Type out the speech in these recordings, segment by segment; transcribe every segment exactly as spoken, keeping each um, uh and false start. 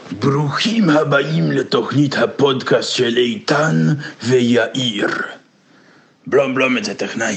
ברוכים הבאים לתוכנית הפודקאסט של איתן ויאיר. בלום בלום את זה טכנאי.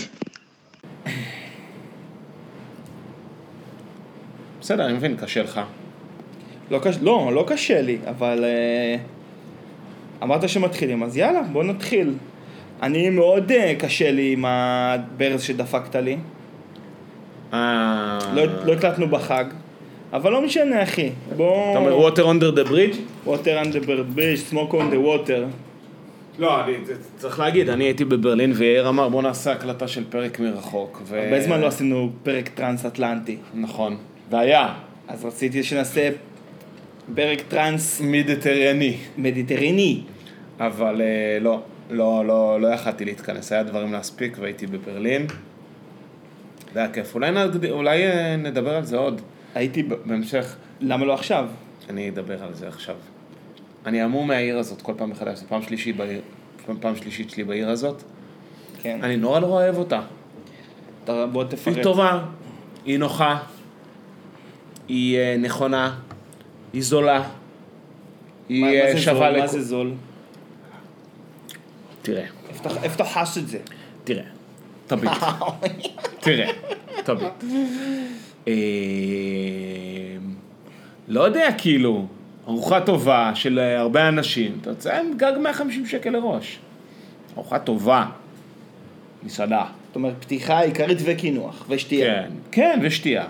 בסדר, אני מבין, קשה לך. לא, קש... לא, לא קשה לי, אבל uh, אמרת שמתחילים, אז יאללה, בוא נתחיל. אני מאוד uh, קשה לי עם הברז שדפקת לי. אה... לא, לא הקלטנו בחג, אבל לא משנה, אחי. בוא... אתה אומר water under the bridge? water under the bridge, smoke on the water. לא, אני צריך להגיד, אני הייתי בברלין ויאיר אמר בוא נעשה הקלטה של פרק מרחוק. ו... הרבה זמן לא עשינו פרק טרנס-אטלנטי. נכון, והיה. אז רציתי שנעשה פרק טרנס... מדיטרייני. מדיטריני. אבל לא, לא, לא, לא יכלתי להתכנס, היה דברים להספיק והייתי בברלין. זה היה כיף, אולי, נד... אולי נדבר על זה עוד. הייתי בהמשך. למה לא עכשיו? אני אדבר על זה עכשיו. אני אמור מהעיר הזאת כל פעם מחדש, זה פעם שלישית בעיר, פעם שלישית שלי בעיר הזאת. כן. אני נורא לא אוהב אותה. אתה בוא תפרט. היא טובה, היא נוחה, היא נכונה, היא זולה, היא שווה לכו. מה זה זול? תראה. איפה אתה חש את זה? תראה, תביט. תראה, תביט. לא יודע, כאילו, ארוחה טובה של הרבה אנשים, אתה רוצה גג מאה וחמישים שקל לראש. ארוחה טובה, מסעדה. זאת אומרת, פתיחה עיקרית וכינוח, ושתייה. כן, כן, ושתייה.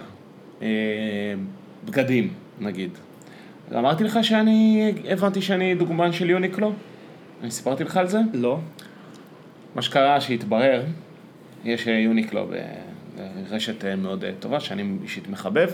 בגדים, נגיד. אמרתי לך שאני, הבנתי שאני דוגמן של יוניקלו? אני סיפרתי לך על זה? לא. מה שקרה שהתברר, יש יוניקלו ברשת מאוד טובה, שאני אישית מחבב,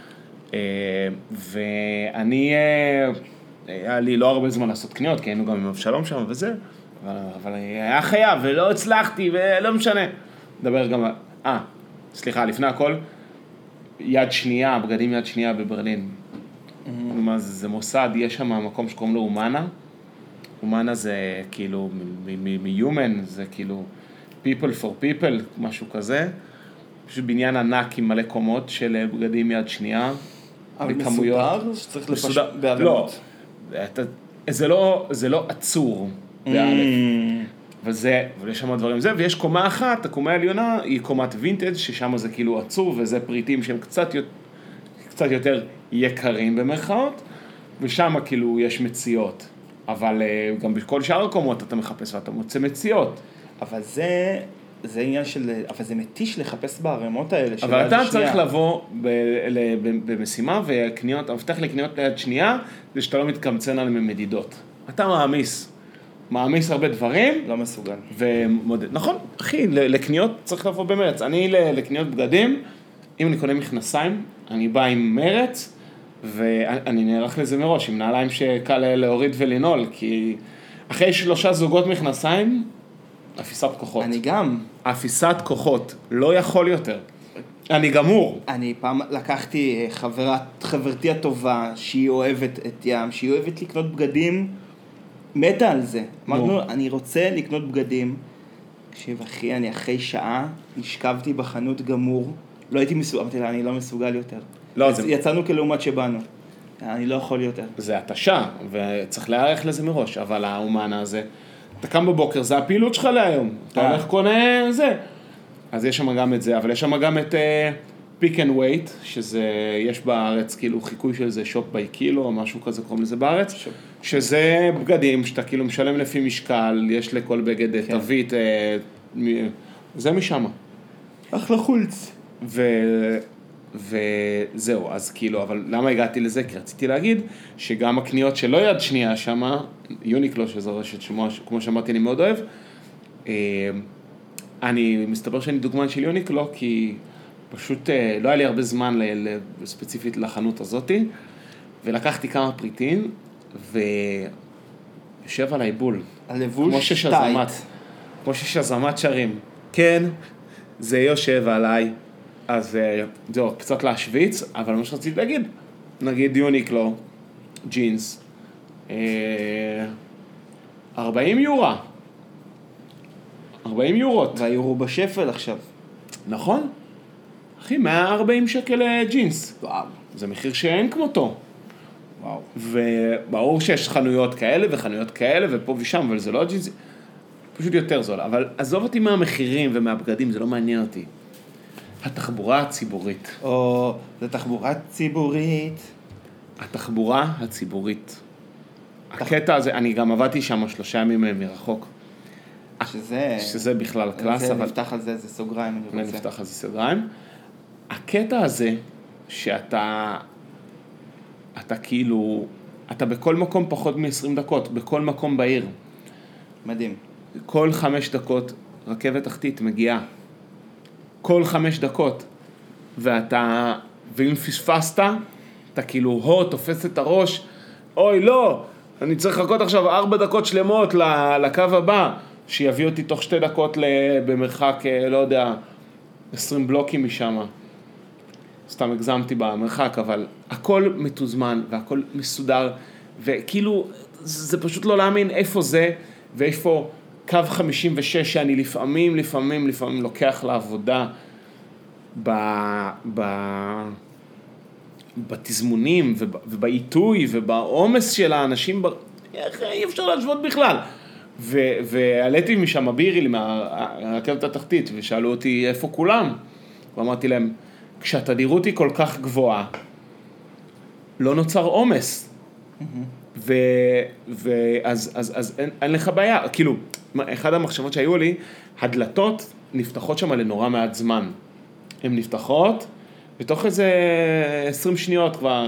ואני, היה לי לא הרבה זמן לעשות קניות, כי היינו גם עם אבשלום שם וזה, אבל היה חייב ולא הצלחתי ולא משנה. נדבר גם, אה, סליחה, לפני הכל, יד שנייה, בגדים יד שנייה בברלין. מה זה, זה מוסד, יש שם מקום שקוראים לו אומנה. אומנה זה כאילו, מ-human, זה כאילו people for people, משהו כזה. פשוט בניין ענק עם מלא קומות של בגדים יד שנייה. אבל מסודר שצריך לפשוט בערימות. לא, זה לא, זה לא עצור, באלף. אבל זה, אבל יש שם דברים זה, ויש קומה אחת, הקומה העליונה היא קומת וינטג' ששם זה כאילו עצור, וזה פריטים שהם קצת, קצת יותר יקרים במרכאות, ושם כאילו יש מציאות. אבל גם בכל שאר הקומות אתה מחפש ואתה מוצא מציאות. אבל זה, זה עניין של, אבל זה מתיש לחפש בערימות האלה. אבל אתה צריך לבוא במשימה וקניות, המפתח לקניות ליד שנייה, זה שאתה לא מתקמצן על מדידות. אתה מעמיס. מעמיס הרבה דברים. לא מסוגל. ומודד. נכון, אחי, לקניות צריך לבוא במרץ. אני לקניות בגדים, אם אני קונה מכנסיים, אני בא עם מרץ, ואני נערך לזה מראש, עם נעליים שקל להוריד ולנעול, כי אחרי שלושה זוגות מכנסיים, אפיסת כוחות. אני גם. אפיסת כוחות, לא יכול יותר. אני גמור. אני פעם לקחתי חברת, חברתי הטובה, שהיא אוהבת את ים, שהיא אוהבת לקנות בגדים, מתה על זה. אמרנו, אני רוצה לקנות בגדים. תקשיב, אחי, אני אחרי שעה, נשכבתי בחנות גמור, לא הייתי מסוגל, אמרתי לה, אני לא מסוגל יותר. לא, יצ... זה... יצאנו כלעומת שבאנו. אני לא יכול יותר. זה התשה, וצריך להערך לזה מראש, אבל האומנה הזה, אתה קם בבוקר, זה הפעילות שלך להיום. אתה הולך קונה זה. אז יש שם גם את זה, אבל יש שם גם את uh, pick and wait, שזה, יש בארץ כאילו חיקוי של זה שופ ביי קילו, או משהו כזה קוראים לזה בארץ, שופ. שזה בגדים שאתה כאילו משלם לפי משקל, יש לכל בגד כן. תווית, uh, זה משם. אחלה חולץ. ו... וזהו, אז כאילו, אבל למה הגעתי לזה? כי רציתי להגיד שגם הקניות שלא יד שנייה שמה, יוניקלו, שזו רשת שמו, כמו שאמרתי, אני מאוד אוהב, אני מסתבר שאני דוגמן של יוניקלו, כי פשוט לא היה לי הרבה זמן ספציפית לחנות הזאת, ולקחתי כמה פריטים, ויושב על העיבול. הלבוש שטייט. כמו ששזמת שרים. כן, זה יושב עליי. אז זהו, קצת להשוויץ, אבל מה שרציתי להגיד, נגיד יוניקלו, ג'ינס, ארבעים יורה, ארבעים יורות. והיורו בשפל עכשיו. נכון. אחי, מאה וארבעים שקל ג'ינס. וואו. זה מחיר שאין כמותו. וואו. וברור שיש חנויות כאלה וחנויות כאלה ופה ושם, אבל זה לא ג'ינס, פשוט יותר זול. אבל עזוב אותי מהמחירים ומהבגדים, זה לא מעניין אותי. התחבורה הציבורית. או, זה תחבורה ציבורית. התחבורה הציבורית. הקטע הזה, אני גם עבדתי שם שלושה ימים מרחוק. שזה... שזה בכלל קלאס, זה אבל... נפתח על זה, זה סוגריים, אני רוצה. נפתח על זה סוגריים. הקטע הזה, שאתה... אתה כאילו... אתה בכל מקום פחות מ-עשרים דקות, בכל מקום בעיר. מדהים. כל חמש דקות רכבת תחתית מגיעה. כל חמש דקות. ואתה... ואם פספסת, אתה כאילו, הו, תופס את הראש, אוי, לא, אני צריך לחכות עכשיו ארבע דקות שלמות לקו הבא, שיביא אותי תוך שתי דקות במרחק, לא יודע, עשרים בלוקים משם. סתם הגזמתי במרחק, אבל הכל מתוזמן והכל מסודר, וכאילו, זה פשוט לא להאמין איפה זה, ואיפה קו חמישים ושש שאני לפעמים, לפעמים, לפעמים לוקח לעבודה ב... ב... בתזמונים ובעיתוי ובעומס של האנשים, איך אי אפשר להשוות בכלל. ועליתי משם בירי מהרכבת התחתית ושאלו אותי איפה כולם, ואמרתי להם, כשהתדירות היא כל כך גבוהה, לא נוצר עומס. ואז אין לך בעיה, כאילו, אחד המחשבות שהיו לי, הדלתות נפתחות שם לנורא מעט זמן. הן נפתחות, בתוך איזה עשרים שניות כבר,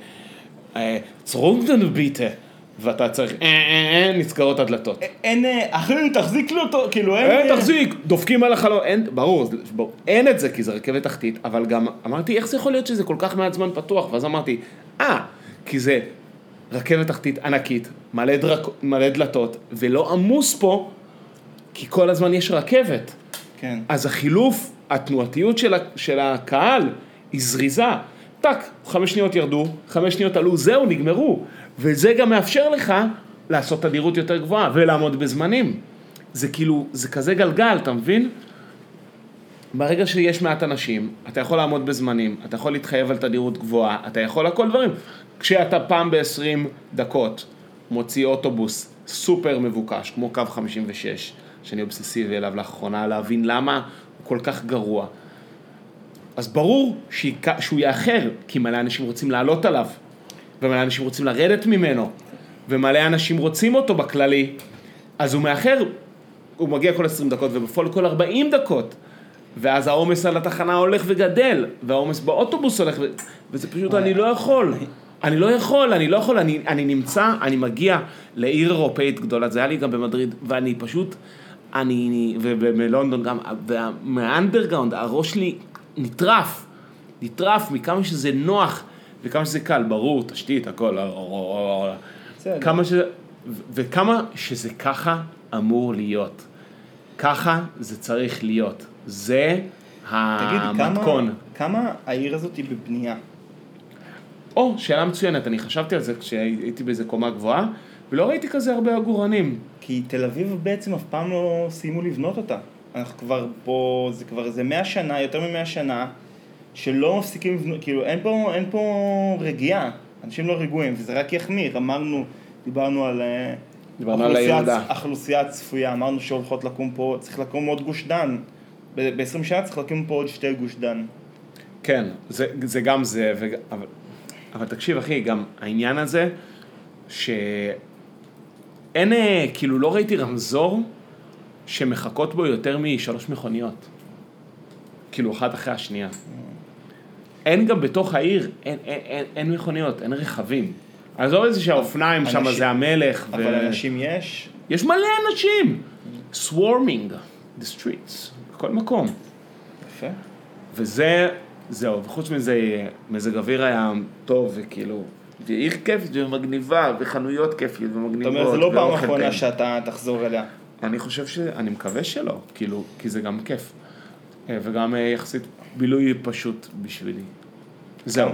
צרונגדן ביטה, ואתה צריך, נזכרות הדלתות. אין, אחי, תחזיק לו אותו, כאילו אין... אין, תחזיק, דופקים על החלום, אין, ברור, אין את זה, כי זה רכבת תחתית, אבל גם אמרתי, איך זה יכול להיות שזה כל כך מעט זמן פתוח? ואז אמרתי, אה, כי זה רכבת תחתית ענקית, מלא דלתות, ולא עמוס פה, כי כל הזמן יש רכבת. כן. אז החילוף, התנועתיות של, של הקהל היא זריזה. טק, חמש שניות ירדו, חמש שניות עלו, זהו, נגמרו. וזה גם מאפשר לך לעשות תדירות יותר גבוהה ולעמוד בזמנים. זה כאילו, זה כזה גלגל, אתה מבין? ברגע שיש מעט אנשים, אתה יכול לעמוד בזמנים, אתה יכול להתחייב על תדירות גבוהה, אתה יכול לכל דברים. כשאתה פעם ב-עשרים דקות מוציא אוטובוס סופר מבוקש, כמו קו חמישים ושש, שאני אובססיבי אליו לאחרונה, להבין למה הוא כל כך גרוע. אז ברור שהוא יאחר, כי מלא אנשים רוצים לעלות עליו, ומלא אנשים רוצים לרדת ממנו, ומלא אנשים רוצים אותו בכללי, אז הוא מאחר, הוא מגיע כל עשרים דקות, ובפועל כל ארבעים דקות, ואז העומס על התחנה הולך וגדל, והעומס באוטובוס הולך, ו... וזה פשוט, אני לא יכול, אני לא יכול, אני לא יכול, אני, אני נמצא, אני מגיע לעיר אירופאית גדולה, זה היה לי גם במדריד, ואני פשוט, אני, ובלונדון גם, מהאנדרגאונד, הראש שלי נטרף, נטרף מכמה שזה נוח, וכמה שזה קל, ברור, תשתית, הכל, כמה שזה, וכמה שזה ככה אמור להיות, ככה זה צריך להיות, זה המתכון. תגיד, כמה, כמה העיר הזאת היא בבנייה? או, שאלה מצוינת, אני חשבתי על זה כשהייתי באיזה קומה גבוהה, ולא ראיתי כזה הרבה עגורנים. כי תל אביב בעצם אף פעם לא סיימו לבנות אותה. אנחנו כבר פה, זה כבר איזה מאה שנה, יותר ממאה שנה, שלא מפסיקים לבנות, כאילו אין פה, אין פה רגיעה, אנשים לא רגועים, וזה רק יחמיר. אמרנו, דיברנו על אוכלוסייה הצפויה, אמרנו שהולכות לקום פה, צריך לקום עוד גוש דן. ב-עשרים שנה צריך לקום פה עוד שתי גוש דן. כן, זה, זה גם זה, וג... אבל, אבל תקשיב אחי, גם העניין הזה, שאין, כאילו לא ראיתי רמזור, שמחכות בו יותר משלוש מכוניות. כאילו אחת אחרי השנייה. אין גם בתוך העיר, אין, אין, אין, אין מכוניות, אין רכבים. אז לא איזה שהאופניים שם זה המלך. אבל ו... אנשים יש? יש מלא אנשים. swarming the streets, בכל מקום. יפה. וזה, זהו, וחוץ מזה, מזג אוויר היה טוב, וכאילו, ועיר כיפית ומגניבה, וחנויות כיפיות ומגניבות. זאת אומרת, זה לא פעם אחרונה שאתה תחזור אליה. אני חושב ש... אני מקווה שלא, כאילו, כי זה גם כיף. וגם יחסית בילוי פשוט בשבילי. זהו.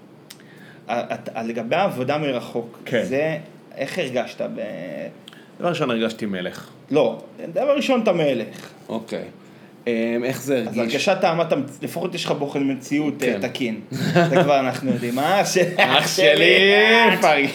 לגבי העבודה מרחוק, זה, איך הרגשת ב... דבר ראשון הרגשתי מלך. לא, דבר ראשון אתה מלך. אוקיי. איך זה אז הרגיש? הרגשת טעמת, לפחות יש לך בוחן מציאות כן. תקין. זה כבר אנחנו יודעים. אה, ש- אח שלי, פארי.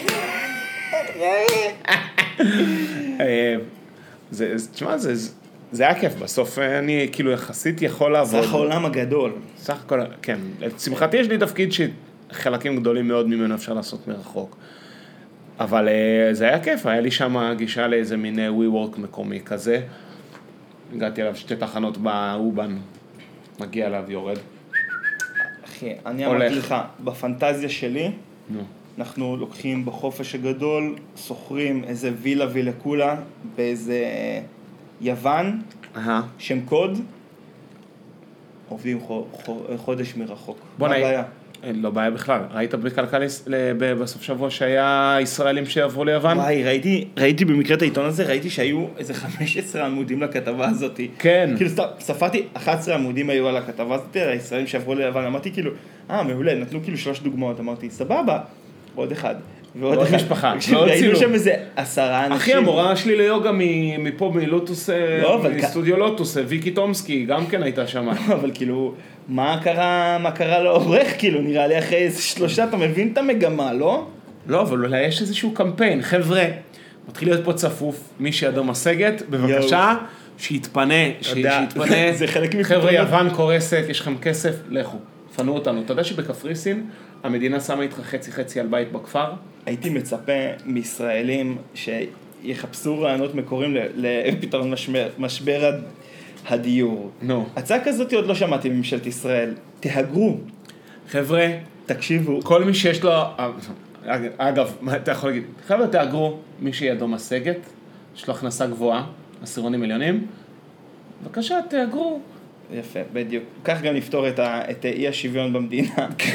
אה, זה, זה- תשמע, זה, זה היה כיף, בסוף אני כאילו יחסית יכול לעבוד. סך העולם הגדול. סך הכל, כן. לשמחתי יש לי תפקיד שחלקים גדולים מאוד ממנו אפשר לעשות מרחוק. אבל אה, זה היה כיף, היה לי שם גישה לאיזה מין אה, WeWork מקומי כזה. הגעתי אליו שתי תחנות באובן, מגיע אליו, יורד. אחי, אני הולך. אמרתי לך, בפנטזיה שלי, נו. אנחנו לוקחים בחופש הגדול, סוחרים איזה וילה וילה כולה, באיזה יוון, אהה. שם קוד, עובדים חו- חו- חודש מרחוק. בוא מה נעים. הבעיה? לא בעיה בכלל. ראית בכלכליסט ל- ב- בסוף שבוע שהיה ישראלים שעברו ליוון? וואי, ראיתי, ראיתי במקרה את העיתון הזה, ראיתי שהיו איזה חמישה עשר עמודים לכתבה הזאת. כן. כאילו סתם, ספרתי, אחד עשר עמודים היו על הכתבה הזאת, על הישראלים שעברו ליוון, אמרתי כאילו, אה, מעולה, נתנו כאילו שלוש דוגמאות, אמרתי, סבבה, עוד אחד. ועוד ועוד אחד. משפחה, תקשיב, ועוד ראינו צילום. שם איזה עשרה אנשים. אחי, המורה שלי ליוגה מ- מפה, מלוטוס, לא, אבל כ- מסטודיו לוטוס, ויקי תומסקי, גם כן הייתה שם. אבל כאילו, מה קרה, מה קרה לעורך, כאילו, נראה לי אחרי איזה שלושה, אתה מבין את המגמה, לא? לא, אבל אולי יש איזשהו קמפיין. חבר'ה, מתחיל להיות פה צפוף, מי שידו משגת, בבקשה, שיתפנה, ש- יודע, שיתפנה. זה חלק חבר'ה, מפתרונות. יוון קורסת, יש לכם כסף, לכו, פנו אותנו. אתה יודע שבקפריסין, המדינה שמה איתך חצי חצי על בית בכפר? הייתי מצפה מישראלים שיחפשו רעיונות מקוריים ל- לפתרון משבר, משבר הד- הדיור. נו. הצעה כזאת עוד לא שמעתי מממשלת ישראל. תהגרו, חבר'ה, תקשיבו. כל מי שיש לו, אגב, מה אתה יכול להגיד? חבר'ה, תאגרו, מי שידו משגת, יש לו הכנסה גבוהה, עשירונים מיליונים, בבקשה, תאגרו. יפה, בדיוק. כך גם נפתור את ה- את אי השוויון במדינה.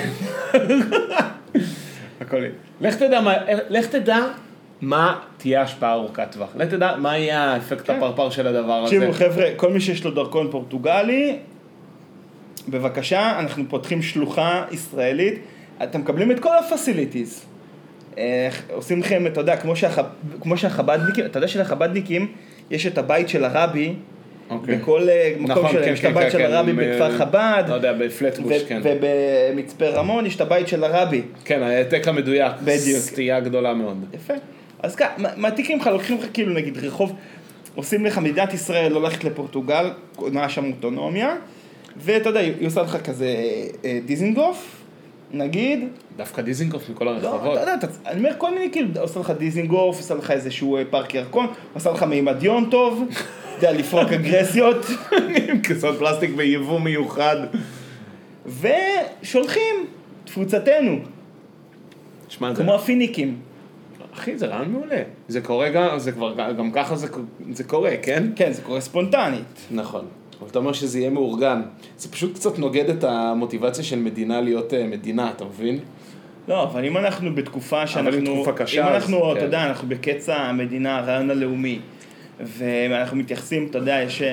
הכל. לך תדע מה, לך תדע מה תהיה ההשפעה ארוכת טווח. לך תדע מה יהיה האפקט כן. הפרפר של הדבר הזה. תקשיבו חבר'ה, כל מי שיש לו דרכון פורטוגלי, בבקשה, אנחנו פותחים שלוחה ישראלית, אתם מקבלים את כל הפסיליטיז. עושים לכם, אתה יודע, כמו, שהחב, כמו שהחבדניקים, אתה יודע שלחבדניקים יש את הבית של הרבי, אוקיי. בכל אה, מקום נכון, שלהם, כן, יש את כן, הבית כן, של כן, הרבי מ- בכפר חב"ד, לא יודע, בפלטבוש, ו- כן. ובמצפה רמון יש את הבית של הרבי. כן, העתק המדויק. בדיוק. סטייה גדולה מאוד. יפה. אז ככה, מעתיקים לך, לוקחים לך כאילו נגיד רחוב, עושים לך מדינת ישראל לא ללכת לפורטוגל, קונה שם אוטונומיה, ואתה יודע, היא עושה לך כזה אה, דיזינגוף, נגיד, דווקא דיזינגוף מכל לא, הרחובות. אתה יודע, אתה, אני אומר כל מיני כאילו, עושה לך דיזינגוף, עושה לך איזשהו אה, פארק ירקון, עושה לך מימדיון טוב, אתה יודע, לפרוק אגרסיות, עם כיסות פלסטיק ביבוא מיוחד. ושולחים תפוצתנו, שמע, זה... כמו הפיניקים. אחי, זה רעיון מעולה. זה קורה גם, זה כבר, גם ככה זה, זה קורה, כן? כן, זה קורה ספונטנית. נכון. אבל אתה אומר שזה יהיה מאורגן. זה פשוט קצת נוגד את המוטיבציה של מדינה להיות uh, מדינה, אתה מבין? לא, אבל אם אנחנו בתקופה שאנחנו, עם תקופה קשה, אם אז אנחנו, כן. אתה יודע, אנחנו בקץ המדינה, הרעיון הלאומי, ואנחנו מתייחסים, אתה יודע, יש,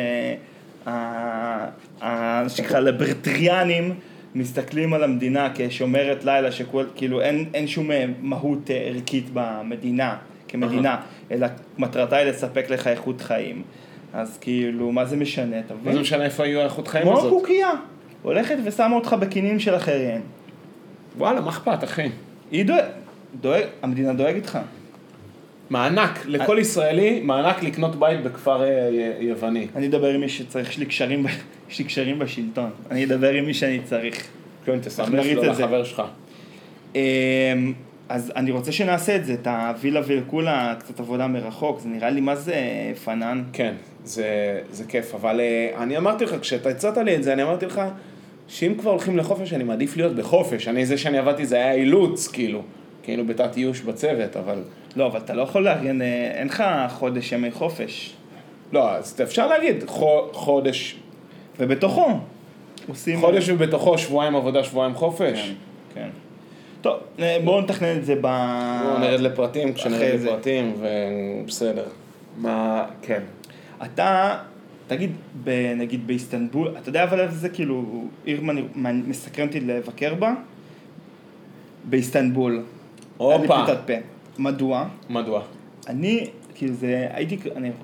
שככה לברטריאנים, מסתכלים על המדינה כשומרת לילה, שכאילו אין, אין שום מהות ערכית במדינה, כמדינה, אלא מטרתה היא לספק לך איכות חיים. אז כאילו, מה זה משנה, אתה מה מבין? זה משנה איפה היו האיכות חיים כמו הזאת? קוקייה, הולכת ושמה אותך בקינים של אחרים. וואלה, מה אכפת, אחי? היא דואג, דואג, המדינה דואגת לך. מענק לכל ישראלי, מענק לקנות בית בכפר אה, י- יווני. אני אדבר עם מי שצריך, יש לי קשרים, ב- יש לי קשרים בשלטון. אני אדבר עם מי שאני צריך. כן, תסמך נריץ לו את זה. לחבר שלך. אמ, אז אני רוצה שנעשה את זה, את הווילה ולכולה, קצת עבודה מרחוק, זה נראה לי מה זה פנן. כן, זה, זה כיף, אבל אה, אני אמרתי לך, כשאתה הצעת לי את זה, אני אמרתי לך, שאם כבר הולכים לחופש, אני מעדיף להיות בחופש. אני, זה שאני עבדתי, זה היה אילוץ, כאילו. כאילו בתת איוש בצוות, אבל... לא, אבל אתה לא יכול לארגן, אה, אין לך חודש ימי חופש. לא, אז אפשר להגיד, חו- חודש, ובתוכו עושים... חודש ובתוכו שבועיים עבודה, שבועיים חופש. כן, כן. טוב, אה, בואו נתכנן את זה ב... בואו נרד לפרטים, כשנרד אחרי זה. לפרטים, ובסדר. מה, כן. אתה, תגיד, ב- נגיד באיסטנבול, אתה יודע אבל איזה כאילו עיר מני- מסקרן אותי לבקר בה? באיסטנבול. היה לי הופה. פליטת פה. מדוע? מדוע? אני, כאילו זה, הייתי, אני,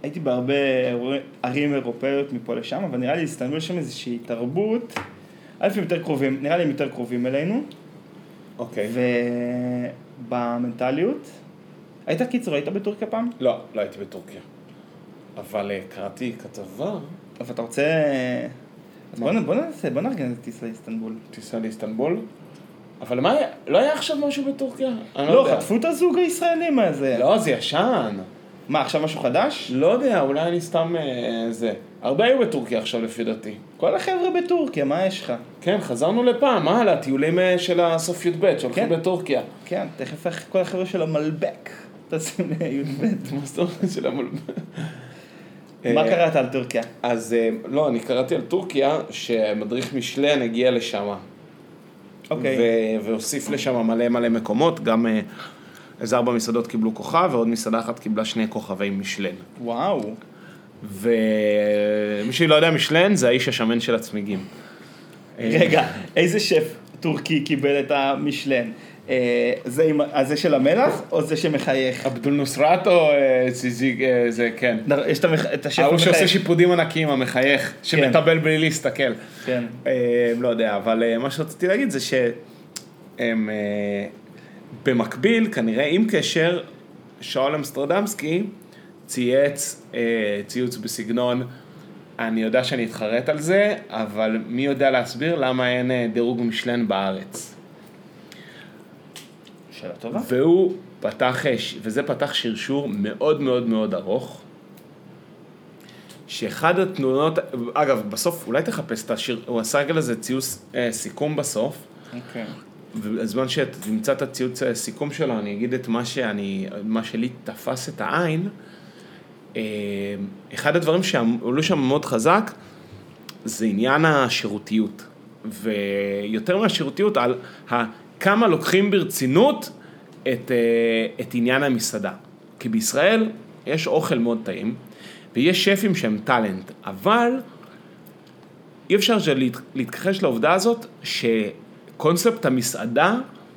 הייתי בהרבה ערים אירופאיות מפה לשם, אבל נראה לי איסטנבול שם איזושהי תרבות, א' הם יותר קרובים, נראה לי הם יותר קרובים אלינו. אוקיי. ובמנטליות. היית קיצור, היית בטורקיה פעם? לא, לא הייתי בטורקיה. אבל קראתי כתבה. אבל אתה רוצה... אז בוא, בוא נעשה, בוא נארגן את טיסה לאיסטנבול. טיסה לאיסטנבול? אבל מה, לא היה עכשיו משהו בטורקיה? לא, חטפו את הזוג הישראלים הזה. לא, זה ישן. מה, עכשיו משהו חדש? לא יודע, אולי אני סתם זה. הרבה היו בטורקיה עכשיו לפי דעתי. כל החבר'ה בטורקיה, מה יש לך? כן, חזרנו לפעם, מה על הטיולים של הסוף י' ב' שהולכים בטורקיה. כן, תכף כל החבר'ה של המלבק, תעשים לי' ב'. מה זאת אומרת של המלבק? מה קראת על טורקיה? אז לא, אני קראתי על טורקיה שמדריך משלן הגיע לשם. אוקיי. והוסיף לשם מלא מלא מקומות, גם איזה ארבע מסעדות קיבלו כוכב, ועוד מסעדה אחת קיבלה שני כוכבי משלן. וואו. ומי שלא יודע, משלן זה האיש השמן של הצמיגים. רגע, איזה שף טורקי קיבל את המשלן? זה של המלח או זה שמחייך? אבדול נוסרת או ציזיג, זה כן. יש את השף המחייך. הוא שעושה שיפודים ענקיים, המחייך, שמטבל בלי להסתכל. כן. לא יודע, אבל מה שרציתי להגיד זה שהם במקביל, כנראה עם קשר, שאול אמסטרדמסקי צייץ ציוץ בסגנון, אני יודע שאני אתחרט על זה, אבל מי יודע להסביר למה אין דירוג משלן בארץ? שאלה טובה. והוא פתח, וזה פתח שרשור מאוד מאוד מאוד ארוך, שאחד התנונות, אגב, בסוף אולי תחפש את השיר, הוא עשה רגע לזה ציוץ אה, סיכום בסוף, אוקיי. ובזמן שתמצא את הציוץ סיכום שלו, אני אגיד את מה שאני, מה שלי תפס את העין, אה, אחד הדברים שעלו שם מאוד חזק, זה עניין השירותיות, ויותר מהשירותיות על ה... כמה לוקחים ברצינות את, את עניין המסעדה. כי בישראל יש אוכל מאוד טעים, ויש שפים שהם טלנט, אבל אי אפשר להתכחש לעובדה הזאת, שקונספט המסעדה,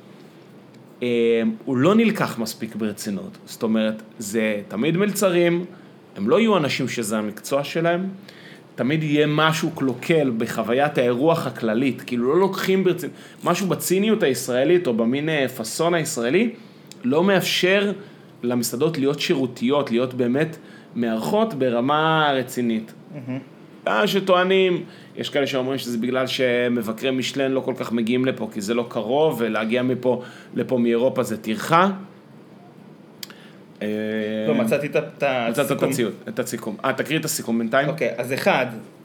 הוא לא נלקח מספיק ברצינות. זאת אומרת, זה תמיד מלצרים, הם לא יהיו אנשים שזה המקצוע שלהם, תמיד יהיה משהו קלוקל בחוויית האירוח הכללית, כאילו לא לוקחים ברצינות, משהו בציניות הישראלית או במין פסון הישראלי, לא מאפשר למסעדות להיות שירותיות, להיות באמת מערכות ברמה רצינית. Mm-hmm. שטוענים, יש כאלה שאומרים שזה בגלל שמבקרי משלן לא כל כך מגיעים לפה, כי זה לא קרוב, ולהגיע מפה לפה מאירופה זה טרחה. לא, מצאתי את הסיכום. את הסיכום. אה, תקריא את הסיכום בינתיים. אוקיי, אז אחד,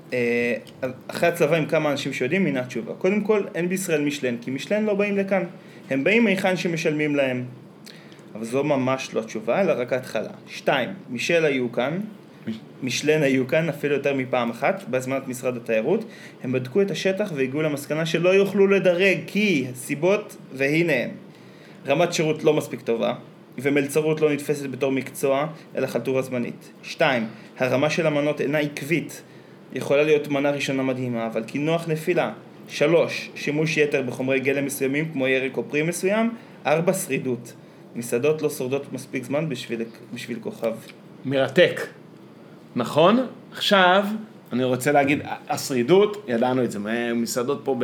אחרי הצלבה עם כמה אנשים שיודעים, מינה תשובה. קודם כל, אין בישראל משלן, כי משלן לא באים לכאן. הם באים מהיכן שמשלמים להם. אבל זו ממש לא תשובה, אלא רק ההתחלה. שתיים, מישל היו כאן, משלן היו כאן, אפילו יותר מפעם אחת, בהזמנת משרד התיירות. הם בדקו את השטח והגיעו למסקנה שלא יוכלו לדרג, כי סיבות, והנה הם. רמת שירות לא מספיק טובה. ומלצרות לא נתפסת בתור מקצוע, אלא חלטורה זמנית. שתיים, הרמה של המנות אינה עקבית, יכולה להיות מנה ראשונה מדהימה, אבל כינוח נפילה. שלוש, שימוש יתר בחומרי גלם מסוימים, כמו ירק או פרי מסוים. ארבע, שרידות. מסעדות לא שורדות מספיק זמן בשביל, בשביל כוכב. מרתק. נכון? עכשיו, אני רוצה להגיד, השרידות, ידענו את זה, מסעדות פה,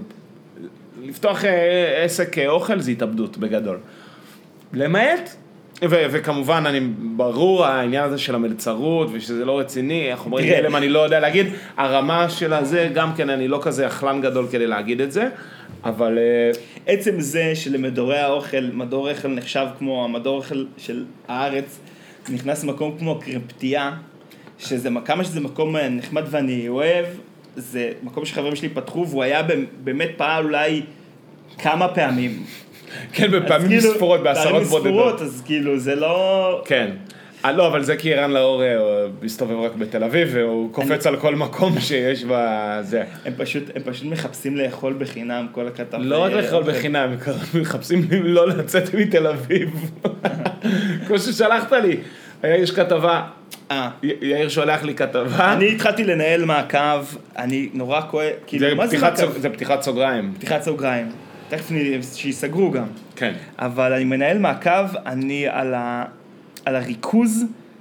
לפתוח עסק אוכל, זה התאבדות בגדול. למעט, ו- וכמובן, אני, ברור העניין הזה של המלצרות, ושזה לא רציני, חומרי גלם, אני לא יודע להגיד, הרמה של הזה, גם כן, אני לא כזה אכלן גדול כדי להגיד את זה, אבל... עצם זה שלמדורי האוכל, מדור אוכל נחשב כמו המדור אוכל של הארץ, נכנס מקום כמו קרפתייה, שזה, כמה שזה מקום נחמד ואני אוהב, זה מקום שחברים שלי פתחו, והוא היה באמת פעל אולי כמה פעמים. כן, בפעמים ספורות, בעשרות בודדות. פעמים ספורות, אז כאילו, זה לא... כן. לא, אבל זה כי ערן לאור מסתובב רק בתל אביב, והוא קופץ על כל מקום שיש בזה. הם פשוט, הם פשוט מחפשים לאכול בחינם, כל הכתב. לא רק לאכול בחינם, הם מחפשים לא לצאת מתל אביב. כמו ששלחת לי, יש כתבה, יאיר שולח לי כתבה. אני התחלתי לנהל מעקב, אני נורא כואב, כאילו, מה זה מעקב? זה פתיחת סוגריים. פתיחת סוגריים. תכף שיסגרו גם. כן. אבל אני מנהל מעקב, אני על, ה, על הריכוז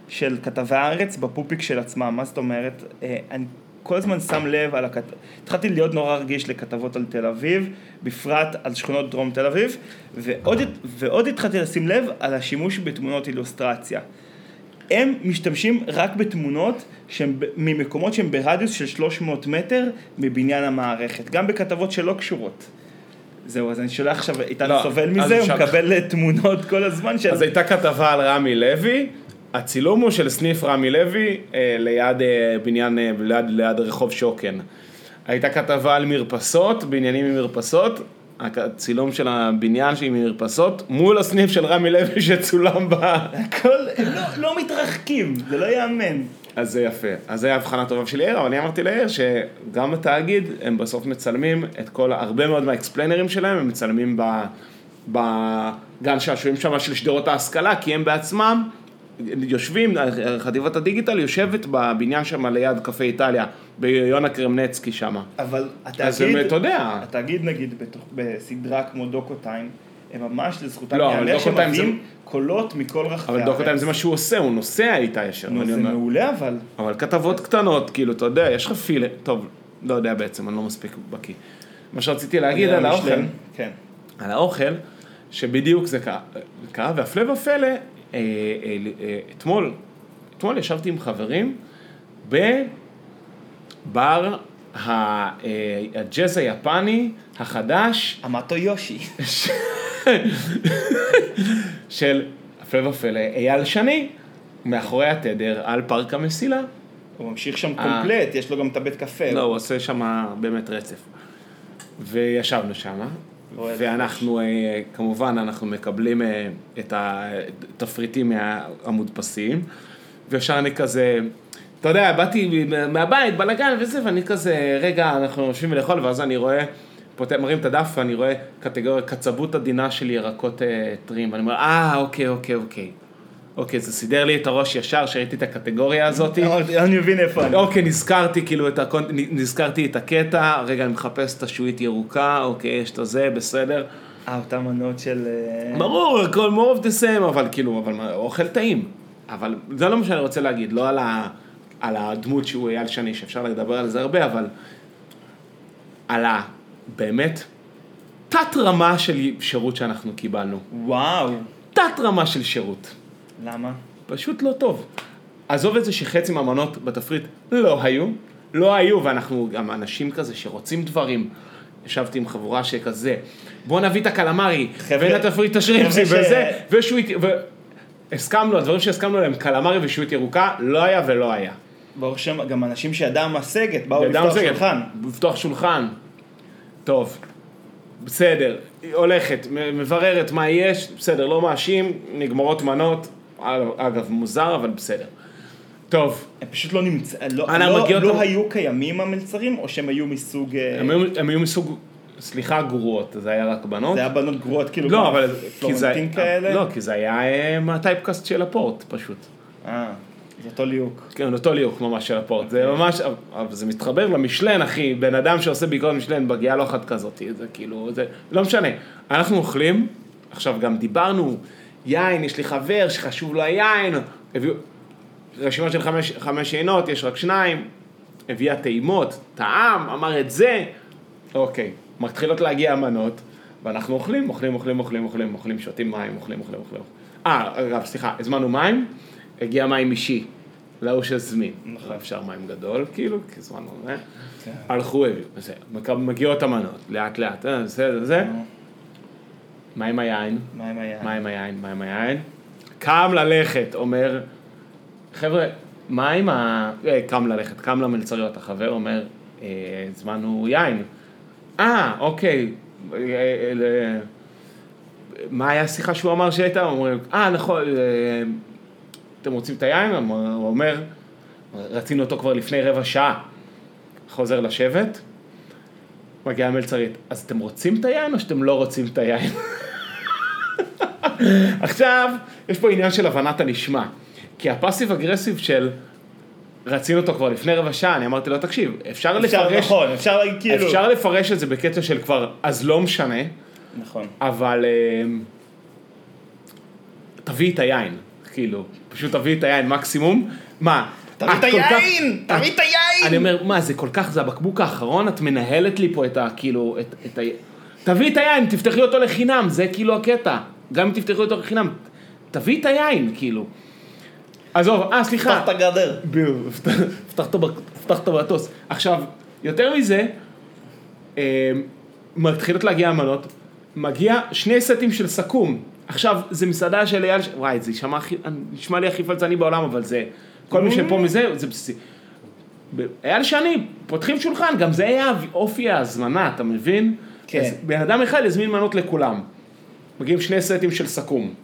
של כתבי הארץ בפופיק של עצמם, מה זאת אומרת? אני כל הזמן שם לב על הכת... התחלתי להיות נורא רגיש לכתבות על תל אביב, בפרט על שכונות דרום תל אביב, ועוד, ועוד התחלתי לשים לב על השימוש בתמונות אילוסטרציה. הם משתמשים רק בתמונות שהם ממקומות שהם ברדיוס של שלוש מאות מטר מבניין המערכת, גם בכתבות שלא קשורות. זהו, אז אני שולח עכשיו, איתן לא, סובל מזה, הוא מקבל תמונות כל הזמן של... אז הייתה כתבה על רמי לוי, הצילום הוא של סניף רמי לוי אה, ליד אה, בניין, אה, ליד, ליד רחוב שוקן. הייתה כתבה על מרפסות, בניינים עם מרפסות, הצילום של הבניין שהיא מרפסות, מול הסניף של רמי לוי שצולם בה. הכל, הם לא, לא מתרחקים, זה לא יאמן. אז זה יפה, אז זה ההבחנה טובה של יאיר, אבל אני אמרתי ליאיר שגם בתאגיד הם בסוף מצלמים את כל, הרבה מאוד מהאקספליינרים שלהם, הם מצלמים בגן שעשועים שם של שדרות ההשכלה, כי הם בעצמם יושבים, חטיבת הדיגיטל יושבת בבניין שם ליד קפה איטליה, ביונה קרמנצקי שם. אבל התאגיד, אתה יודע. התאגיד נגיד בתוך, בסדרה כמו דוקו טיים, הם ממש לזכותם, לא, יעלה שמביאים קולות מכל רחבי. אבל דוקו טיים זה מה שהוא עושה, הוא נוסע איתה ישר. נו, זה מעולה אבל. אבל כתבות קטנות, כאילו, אתה יודע, יש לך פיל, טוב, לא יודע בעצם, אני לא מספיק בקיא. מה שרציתי להגיד על האוכל, כן. על האוכל, שבדיוק זה קרה, והפלא ופלא, אתמול, אתמול ישבתי עם חברים בבר הג'אז היפני החדש. אמטו יושי. של הפלא ופלא, אייל שני, מאחורי התדר על פארק המסילה. הוא ממשיך שם קומפלט, יש לו גם את הבית קפה. לא, הוא עושה שם באמת רצף. וישבנו שם. ואנחנו, כמובן, אנחנו מקבלים את התפריטים המודפסים, וישר אני כזה, אתה יודע, באתי מהבית, בלגן וזה, ואני כזה, רגע, אנחנו יושבים ולאכול, ואז אני רואה, מרים את הדף, ואני רואה קטגוריה, קצבות עדינה של ירקות טריים, ואני אומר, אה, אוקיי, אוקיי, אוקיי. אוקיי, זה סידר לי את הראש ישר, שראיתי את הקטגוריה הזאת. אני מבין איפה אני. אוקיי, נזכרתי, כאילו, נזכרתי את הקטע, רגע, אני מחפש את השועית ירוקה, אוקיי, יש את זה, בסדר. אה, אותה מנות של... ברור, כל more of the same, אבל כאילו, אבל אוכל טעים. אבל זה לא מה שאני רוצה להגיד, לא על, ה, על הדמות שהוא אייל שני, שאפשר לדבר על זה הרבה, אבל על ה... באמת, תת רמה של שירות שאנחנו קיבלנו. וואו. תת רמה של שירות. למה? פשוט לא טוב. עזוב את זה שחצי מהמנות בתפריט לא היו, לא היו, ואנחנו גם אנשים כזה שרוצים דברים. ישבתי עם חבורה שכזה, בוא נביא את הקלמרי, ואין התפריט את השרימפסי, וזה, ושועית, והסכמנו, הדברים שהסכמנו להם, קלמרי ושועית ירוקה, לא היה ולא היה. ברור שם, גם אנשים שידם משגת, באו לפתוח שולחן. לפתוח שולחן. טוב, בסדר, הולכת, מבררת מה יש, בסדר, לא מאשים, נגמרות מנות, אגב מוזר, אבל בסדר. טוב. הם פשוט לא נמצא, לא, לא, לא היו קיימים המלצרים, או שהם היו מסוג... הם היו, הם היו מסוג, סליחה, גרועות, זה היה רק בנות. זה היה בנות גרועות, כאילו, לא, אבל, פלורנטין כאלה? לא, כי זה היה מהטייפקאסט של הפורט, פשוט. אה. זה אותו ליוק. כן, אותו ליוק ממש של הפורט. זה ממש, אבל זה מתחבר למשלן, אחי. בן אדם שעושה ביקורת משלן בגיעה לא אחת כזאת. זה כאילו, זה לא משנה. אנחנו אוכלים, עכשיו גם דיברנו, יין, יש לי חבר שחשוב לו היין, הביאו, רשימה של חמש, חמש עינות, יש רק שניים, הביאה טעימות, טעם, אמר את זה. אוקיי, מתחילות להגיע המנות, ואנחנו אוכלים, אוכלים, אוכלים, אוכלים, אוכלים, אוכלים, שותים מים, אוכלים, אוכלים, אוכלים. אה, אגב, סליחה, הזמנו מים, הגיע מים אישי, להוא שזמין. נכון. אפשר מים גדול, כאילו, כי זמנו, אה? הלכו, הביאו, מגיעות המנות, לאט לאט, זה, זה. מה עם היין? מה עם היין? מה עם היין? מה עם היין? קם ללכת, אומר, חבר'ה, מה עם ה... קם ללכת, קם למלצריות, החבר אומר, זמנו יין. אה, אוקיי. מה היה השיחה שהוא אמר שהייתה? הוא אומר, אה, נכון, אתם רוצים את היין? הוא אומר, רצינו אותו כבר לפני רבע שעה. חוזר לשבת, מגיעה המלצרית, אז אתם רוצים את היין או שאתם לא רוצים את היין? עכשיו, יש פה עניין של הבנת הנשמע, כי הפאסיב אגרסיב של רצינו אותו כבר לפני רבע שעה, אני אמרתי לו, תקשיב, אפשר, אפשר לפרש, נכון, אפשר, כאילו... אפשר לפרש את זה בקטע של כבר, אז לא משנה, נכון. אבל תביא את היין, כאילו, פשוט תביא את היין מקסימום, מה? תביא את היין, תביא את היין. אני אומר, מה, זה כל כך, זה הבקבוק האחרון, את מנהלת לי פה את ה, כאילו, את, את ה... תביא את היין, תפתחי אותו לחינם, זה כאילו הקטע. גם אם תפתחי אותו לחינם, תביא את היין, כאילו. עזוב, אה, סליחה. פתח את הגדר. ביו, פתח את הבטוס. עכשיו, יותר מזה, מתחילות להגיע המנות, מגיע שני סטים של סכו"ם. עכשיו, זה מסעדה של אייל, וואי, זה נשמע לי הכי פלצני בעולם, אבל זה, כל מי שפה מזה, זה בסיסי. אייל שני, פותחים שולחן, גם זה היה אופי ההזמנה, אתה מבין? כן. בן אדם אחד יזמין מנות לכולם. מגיעים שני סטים של סכו"ם.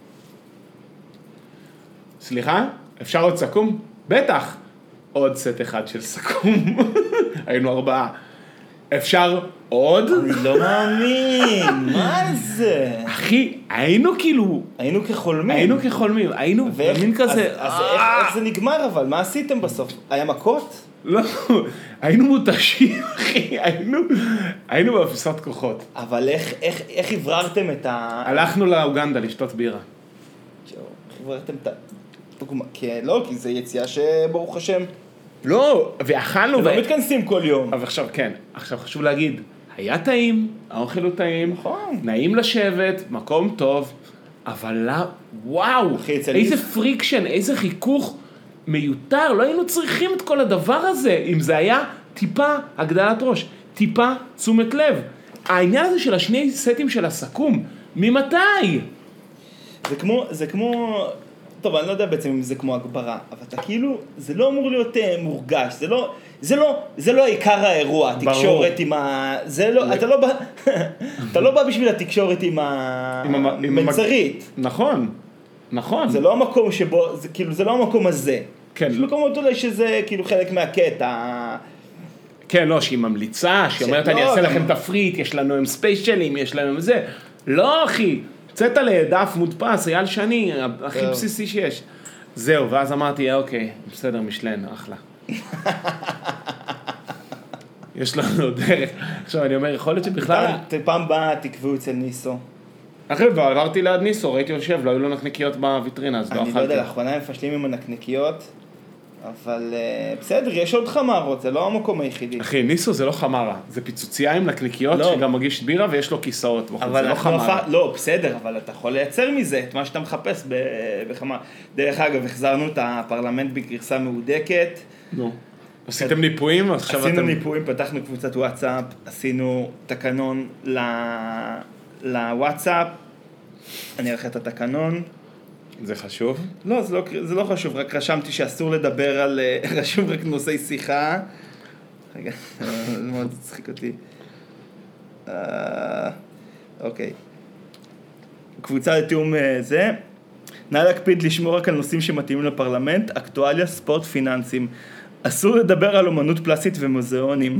סליחה? אפשר עוד סכו"ם? בטח. עוד סט אחד של סכו"ם. היינו ארבעה. אפשר עוד? אני לא מאמין, מה זה? אחי, היינו כאילו... היינו כחולמים. היינו כחולמים, היינו במין כזה... אז איך זה נגמר אבל? מה עשיתם בסוף? היה מכות? לא, היינו מותשים, אחי, היינו... היינו באפיסת כוחות. אבל איך הבררתם את ה... הלכנו לאוגנדה לשתות בירה. איך הבררתם את ה... לא, כי זה יציאה שברוך השם... לא, ואכלנו... לא מתכנסים כל יום. אבל עכשיו כן, עכשיו חשוב להגיד, היה טעים, האוכל הוא טעים, נכון. נעים לשבת, מקום טוב, אבל לא, וואו, איזה פריקשן, איזה חיכוך מיותר, לא היינו צריכים את כל הדבר הזה, אם זה היה טיפה הגדלת ראש, טיפה תשומת לב. העניין הזה של השני סטים של הסכו"ם, ממתי? זה כמו, זה כמו... טוב, אני לא יודע בעצם אם זה כמו הגברה, אבל אתה כאילו, זה לא אמור להיות מורגש, זה לא, זה לא, זה לא עיקר האירוע, התקשורת עם ה... זה לא, אתה לא בא, אתה לא בא בשביל התקשורת עם המלצרית. נכון, נכון. זה לא המקום שבו, זה כאילו, זה לא המקום הזה. כן. יש מקומות אולי שזה כאילו חלק מהקטע. כן, לא, שהיא ממליצה, שהיא אומרת, אני אעשה לכם תפריט, יש לנו הם ספיישלים, יש לנו זה. לא, אחי. צאת לדף מודפס, אייל שני, הכי בסיסי שיש. זהו, ואז אמרתי, אוקיי, בסדר, משלן, אחלה. יש לנו דרך. עכשיו אני אומר, יכול להיות שבכלל... פעם באה תקבעו אצל ניסו. אחרי, ועברתי ליד ניסו, ראיתי יושב, לא היו לו נקניקיות בוויטרינה, אז לא אכלתי. אני לא יודע, לאחרונה הם מפשלים עם הנקניקיות, אבל בסדר, יש עוד חמרות, זה לא המקום היחידי. אחי, ניסו זה לא חמרה, זה פיצוצייה עם נקניקיות שגם מגיש בירה ויש לו כיסאות, זה לא חמרה. לא, בסדר, אבל אתה יכול לייצר מזה את מה שאתה מחפש בחמרה. דרך אגב, החזרנו את הפרלמנט בגרסה מהודקת. נו, עשיתם ניפויים? עשינו ניפויים, פתחנו קבוצת וואטסאפ, עשינו תקנון לוואטסאפ, אני אראה את התקנון. זה חשוב? לא, זה לא, זה לא חשוב, רק רשמתי שאסור לדבר על, רשום רק נושאי שיחה. רגע, זה מאוד צחיק אותי. אוקיי. קבוצה לתיאום זה. נא להקפיד לשמור רק על נושאים שמתאימים לפרלמנט, אקטואליה, ספורט, פיננסים. אסור לדבר על אומנות פלסטית ומוזיאונים.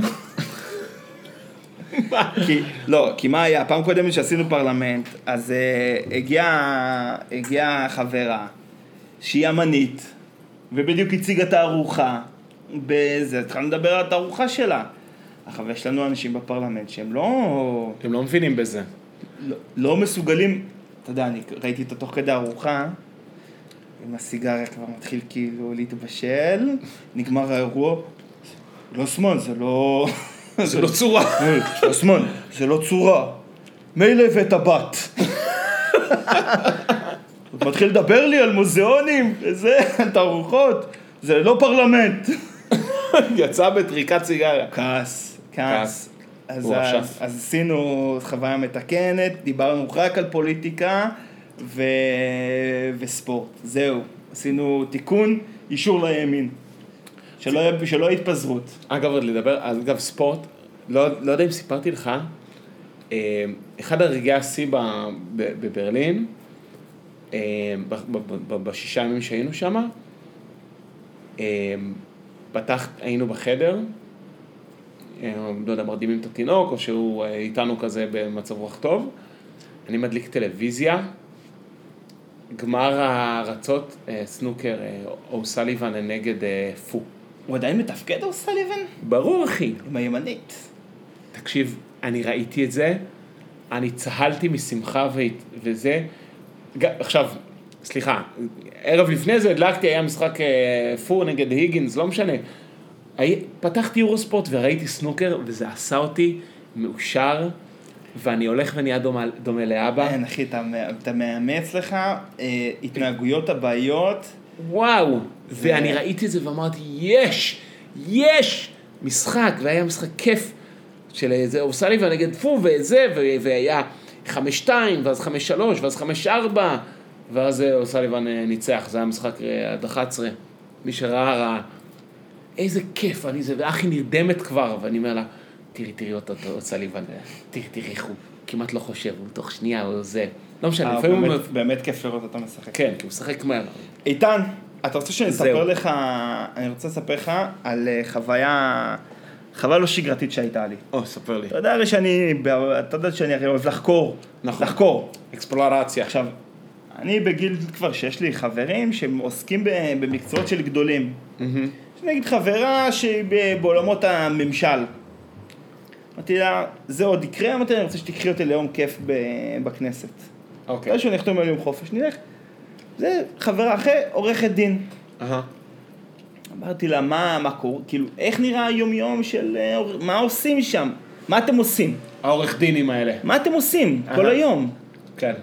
כי, לא, כי מה היה? פעם קודמת שעשינו פרלמנט, אז uh, הגיעה הגיע חברה שהיא אמנית, ובדיוק הציגה את הארוחה, בזה, התחלנו לדבר על התארוחה שלה. אבל יש לנו אנשים בפרלמנט שהם לא... הם לא מבינים בזה. לא, לא מסוגלים, אתה יודע, אני ראיתי את תוך כדי הארוחה, עם הסיגריה כבר מתחיל כאילו להתבשל, נגמר האירוע, לא שמאל, זה לא... זה לא צורה. שמאל, זה לא צורה. מילא ואת הבת. הוא מתחיל לדבר לי על מוזיאונים, וזה, תערוכות, זה לא פרלמנט. יצא בטריקת סיגריה. כעס, כעס. אז, אז, אז עשינו חוויה מתקנת, דיברנו רק על פוליטיקה ו... וספורט. זהו, עשינו תיקון, אישור לימין. שלא, שלא יתפזרות. אגב, לדבר, אגב, ספורט, לא, לא יודע אם סיפרתי לך, אחד הרגעי השיא בברלין, בשישה ימים שהיינו שם, פתח, היינו בחדר, לא יודע, מרדימים את התינוק, או שהוא איתנו כזה במצב רוח טוב, אני מדליק טלוויזיה, גמר הרצות, סנוקר, או סליבן נגד פו. הוא עדיין מתפקד או סליבן? ברור, אחי. עם הימנית. תקשיב, אני ראיתי את זה, אני צהלתי משמחה וזה, עכשיו, סליחה, ערב לפני זה הדלקתי, היה משחק פור נגד היגינס, לא משנה. פתחתי יורוספורט וראיתי סנוקר, וזה עשה אותי מאושר, ואני הולך ונהיה דומה, דומה לאבא. אין, אחי, אתה, אתה מאמץ לך אה, התנהגויות הבעיות. וואו, זה... ואני ראיתי את זה ואמרתי, יש, יש משחק, והיה משחק כיף של איזה אוסליבן נגד פור וזה, והיה חמש שתיים, ואז חמש שלוש, ואז חמש ארבע, ואז אוסליבן ניצח, זה היה משחק עד אחת עשרה, מי שראה ראה. איזה כיף, אני זה, ואחי נרדמת כבר, ואני אומר לה, תראי, תראי אותו, אוסליבן, תראי, תראי איך הוא כמעט לא חושב, הוא תוך שנייה, הוא זה, לא משנה, לפעמים הוא... באמת כיף לראות אותו משחק. כן, כי הוא משחק מהר. איתן, אתה רוצה שאני אספר לך, אני רוצה לספר לך על חוויה, חוויה לא שגרתית שהייתה לי. או, ספר לי. אתה יודע הרי שאני, אתה יודע שאני הרי אוהב לחקור. נכון. לחקור. אקספלורציה. עכשיו, אני בגיל כבר שיש לי חברים שהם עוסקים במקצועות של גדולים. נגיד חברה שהיא בעולמות הממשל. אמרתי לה, זה עוד יקרה, אמרתי לה, אני רוצה שתקחי אותי ליום כיף בכנסת. אוקיי. כשאני נחתום על יום חופש, נלך. זה חברה אחרי עורכת דין. אהה. אמרתי לה, מה, מה קורה, כאילו, איך נראה היום יום של, מה עושים שם? מה אתם עושים? העורך דינים האלה. מה אתם עושים כל היום? כן.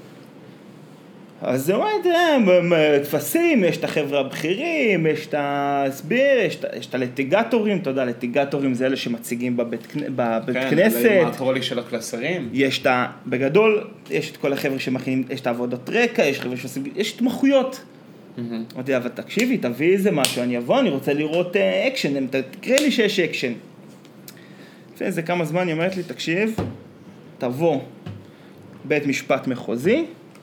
אז זה אומרת, תפסים, יש את החבר'ה הבכירים, יש את הסביר, יש את הלטיגטורים, אתה יודע, לטיגטורים זה אלה שמציגים בבית כנסת. כן, הטרולי של הקלסרים. יש את, בגדול, יש את כל החבר'ה שמכינים, יש את העבודות רקע, יש חבר'ה שעושים, יש התמחויות. אמרתי, אבל תקשיבי, תביא איזה משהו, אני אבוא, אני רוצה לראות אקשן, תקרא לי שיש אקשן. לפני איזה כמה זמן היא אומרת לי, תקשיב, תבוא בית משפט מחוזי,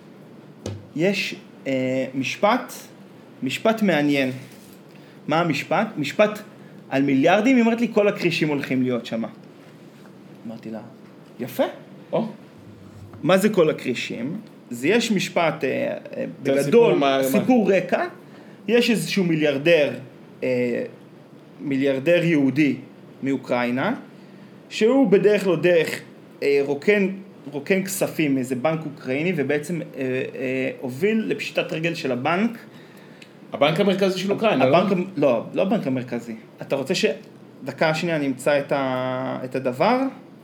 יש אה, משפט, משפט מעניין. מה המשפט? משפט על מיליארדים, היא אומרת לי, כל הקרישים הולכים להיות שם. אמרתי לה, יפה. או. מה זה כל הקרישים? זה יש משפט אה, אה, בגדול, סיפור, סיפור מה... רקע, יש איזשהו מיליארדר, אה, מיליארדר יהודי מאוקראינה, שהוא בדרך לא דרך אה, רוקן, רוקן כספים מאיזה בנק אוקראיני, ובעצם אה, אה, הוביל לפשיטת רגל של הבנק. הבנק המרכזי של אוקראינה, הבנק, לא? לא, לא הבנק המרכזי. אתה רוצה שדקה השנייה נמצא את, ה, את הדבר?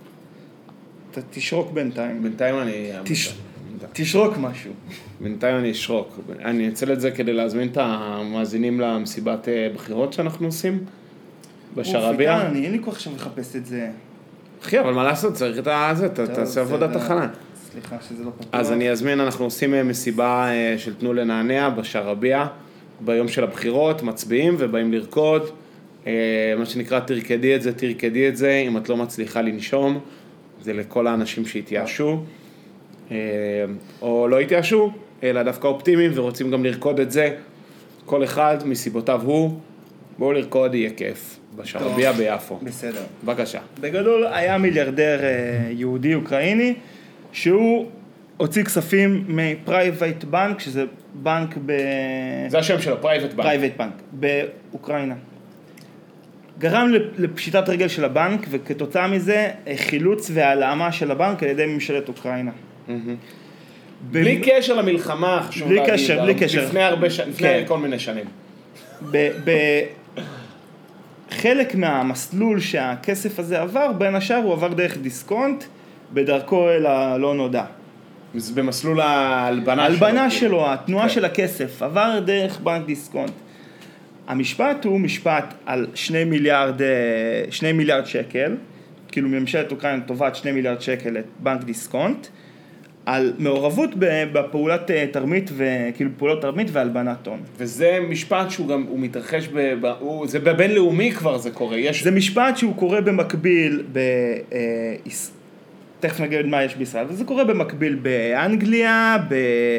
אתה תשרוק בינתיים. בינתיים אני... תש... תשרוק משהו. בינתיים אני אשרוק. אני אצל את זה כדי להזמין את המאזינים למסיבת בחירות שאנחנו עושים בשרביה. אוף, איתן, אין לי כוח עכשיו לחפש את זה. אחי, אבל מה לעשות? צריך את זה, תעשה עבודת הכנה. סליחה שזה לא פתוח. אז אני אזמין, אנחנו עושים מסיבה של תנו לנענע בשרביה, ביום של הבחירות, מצביעים ובאים לרקוד. מה שנקרא, תרקדי את זה, תרקדי את זה, אם את לא מצליחה לנשום, זה לכל האנשים שהתייאשו, או לא התייאשו, אלא דווקא אופטימיים ורוצים גם לרקוד את זה. כל אחד מסיבותיו הוא, בואו לרקוד, יהיה כיף. בשרביה ביפו. בסדר. בבקשה. בגדול היה מיליארדר יהודי אוקראיני, שהוא הוציא כספים מפרייבט בנק, שזה בנק ב... זה השם שלו, פרייבט בנק. פרייבט בנק, באוקראינה. גרם לפשיטת רגל של הבנק, וכתוצאה מזה חילוץ והעלמה של הבנק על ידי ממשלת אוקראינה. בלי קשר למלחמה, חשוב להגיד. בלי קשר, בלי קשר. לפני הרבה שנים, לפני כל מיני שנים. בחלק מהמסלול שהכסף הזה עבר, בין השאר הוא עבר דרך דיסקונט, בדרכו אל הלא נודע. זה במסלול ההלבנה שלו. ההלבנה שלו, התנועה של הכסף, עבר דרך בנק דיסקונט. המשפט הוא משפט על שני מיליארד, שני מיליארד שקל, כאילו ממשלת אוקראינה תובעת שני מיליארד שקל את בנק דיסקונט, על מעורבות בפעולת תרמית, וכאילו פעולות תרמית והלבנת הון. וזה משפט שהוא גם, הוא מתרחש, ב, הוא, זה בבינלאומי כבר זה קורה. יש... זה משפט שהוא קורה במקביל, ב, תכף נגיד מה יש בישראל, וזה קורה במקביל באנגליה, ב...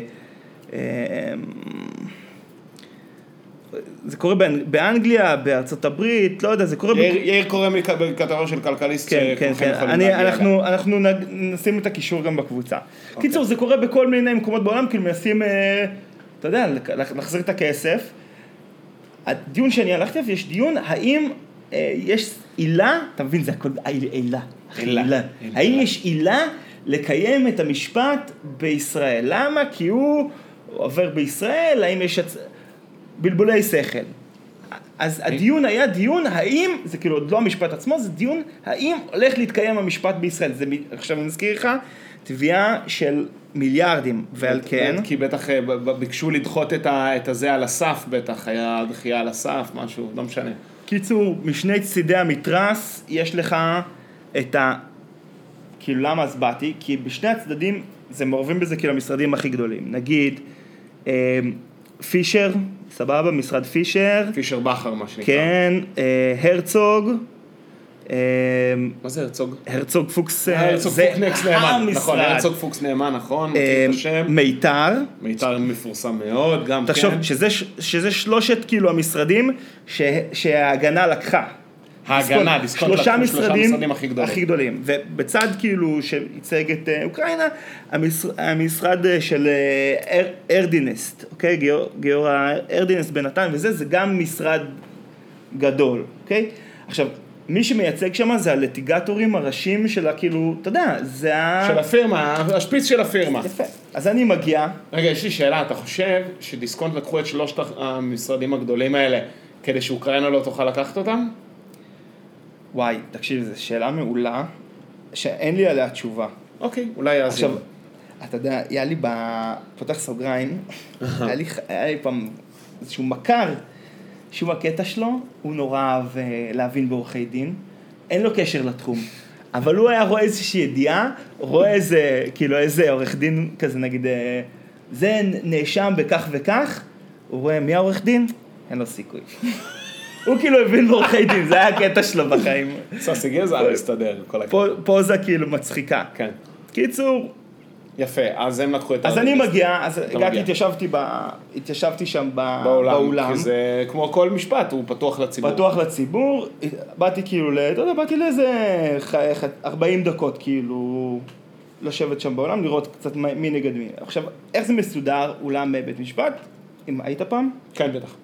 זה קורה באנגליה, בארצות הברית, לא יודע, זה קורה... יאיר קורא מכתבה של כלכליסט. כן, כן, כן. אנחנו נשים את הקישור גם בקבוצה. קיצור, זה קורה בכל מיני מקומות בעולם, כאילו מנסים, אתה יודע, להחזיר את הכסף. הדיון שאני הלכתי, יש דיון, האם יש עילה, אתה מבין, זה הכל עילה. עילה. האם יש עילה לקיים את המשפט בישראל? למה? כי הוא... עובר בישראל, האם יש הצ... בלבולי שכל. אז הדיון היה דיון, האם, זה כאילו עוד לא המשפט עצמו, זה דיון, האם הולך להתקיים המשפט בישראל. זה, עכשיו אני מזכיר לך, תביעה של מיליארדים, ועל כן... כי בטח ביקשו לדחות את, ה, את הזה על הסף, בטח היה דחייה על הסף, משהו, לא משנה. קיצור, משני צידי המתרס, יש לך את ה... כאילו, למה אז באתי? כי בשני הצדדים, זה מעורבים בזה כאילו המשרדים הכי גדולים. נגיד, אה, פישר, סבבה, משרד פישר. פישר בחר, מה שנקרא. כן, אה, הרצוג. אה, מה זה הרצוג? הרצוג פוקס. הרצוג פוקס נאמן, נכון, הרצוג פוקס נאמן, נכון, מוצאים את השם. מיתר. מיתר מפורסם מאוד, גם כן. תחשוב, שזה, שזה שלושת כאילו המשרדים ש, שההגנה לקחה. ההגנה, דיסקונט לקחו שלושה משרדים הכי גדולים. הכי גדולים. ובצד כאילו שייצג את אוקראינה, המשרד, המשרד של אר, ארדינסט, אוקיי? גיאור, גיאור ארדינסט בנתן וזה, זה גם משרד גדול, אוקיי? עכשיו, מי שמייצג שם זה הלטיגטורים הראשיים של כאילו, אתה יודע, זה ה... של הפירמה, השפיץ של הפירמה. יפה. אז אני מגיע. רגע, יש לי שאלה, אתה חושב שדיסקונט לקחו את שלושת המשרדים הגדולים האלה כדי שאוקראינה לא תוכל לקחת אותם? וואי, תקשיב, זו שאלה מעולה, שאין לי עליה תשובה. אוקיי, אולי יעזור. עכשיו, אתה יודע, היה לי בפותח סוגריים, היה לי, היה לי פעם איזשהו מכר, שהוא הקטע שלו, הוא נורא אהב להבין בעורכי דין, אין לו קשר לתחום, אבל הוא היה רואה איזושהי ידיעה, רואה איזה, כאילו איזה עורך דין כזה, נגיד, זה נאשם בכך וכך, הוא רואה מי העורך דין? אין לו סיכוי. הוא כאילו הבין בעורכי דין, זה היה הקטע שלו בחיים. סוסיגי זה היה להסתדר, כל הכבוד. פוזה כאילו מצחיקה. כן. קיצור. יפה, אז הם לקחו את... אז אני מגיע, אז הגעתי, התיישבתי ב... התיישבתי שם באולם. כי זה כמו כל משפט, הוא פתוח לציבור. פתוח לציבור, באתי כאילו, אתה יודע, באתי לאיזה ארבעים דקות כאילו, לשבת שם באולם, לראות קצת מי נגד מי. עכשיו, איך זה מסודר אולם בית משפט? אם היית פעם? כן, בטח.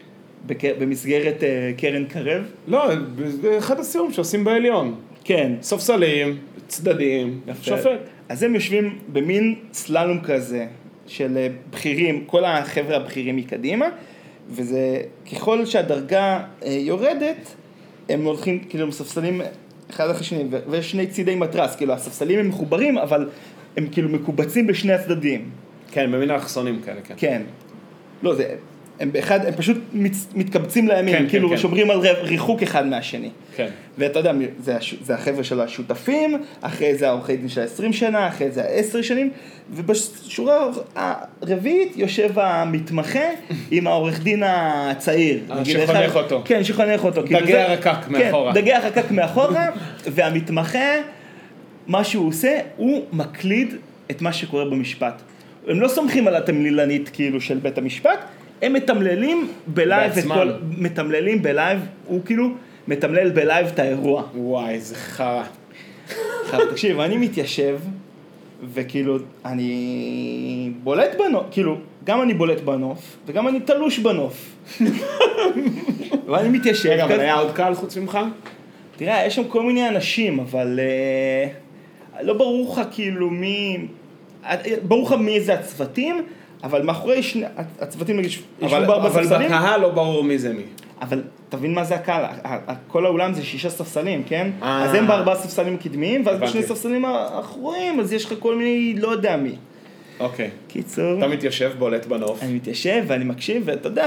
במסגרת קרן קרב? לא, זה אחד הסיום שעושים בעליון. כן. ספסלים, צדדים, שופט. אז הם יושבים במין סללום כזה של בכירים, כל החבר'ה הבכירים מקדימה, וזה ככל שהדרגה יורדת, הם הולכים, כאילו, ספסלים אחד אחרי שני, ויש שני צידי מטרס, כאילו, הספסלים הם מחוברים, אבל הם כאילו מקובצים בשני הצדדים. כן, במין האחסונים כאלה, כן. כן. לא, זה... הם באחד, הם פשוט מת, מתקבצים לימין, כן, כאילו כן, שומרים כן. על ריחוק אחד מהשני. כן. ואתה יודע, זה, זה החבר'ה של השותפים, אחרי זה העורכי דין של עשרים שנה, אחרי זה עשר שנים, ובשורה הרביעית יושב המתמחה עם העורך דין הצעיר. שחונך אותו. כן, שחונך אותו. דגי הרקק מאחורה. כן, דגי הרקק מאחורה, והמתמחה, מה שהוא עושה, הוא מקליד את מה שקורה במשפט. הם לא סומכים על התמלילנית כאילו של בית המשפט, הם מתמללים בלייב את כל, מתמללים בלייב, הוא כאילו מתמלל בלייב את האירוע. וואי, זה חרה. עכשיו, תקשיב, אני מתיישב, וכאילו, אני בולט בנוף, כאילו, גם אני בולט בנוף, וגם אני תלוש בנוף. ואני מתיישב. רגע, אבל היה עוד קהל חוץ ממך? תראה, יש שם כל מיני אנשים, אבל לא ברור לך כאילו מי, ברור לך מי זה הצוותים, אבל מאחורי שני, הצוותים נגיד, ישבו בארבע ספסלים. אבל בקהל לא ברור מי זה מי. אבל תבין מה זה הקהל, כל האולם זה שישה ספסלים, כן? אז הם בארבעה ספסלים קדמיים, ואז בשני ספסלים האחוריים, אז יש לך כל מיני, לא יודע מי. אוקיי. קיצור. אתה מתיישב, בולט בנוף. אני מתיישב ואני מקשיב, ואתה יודע,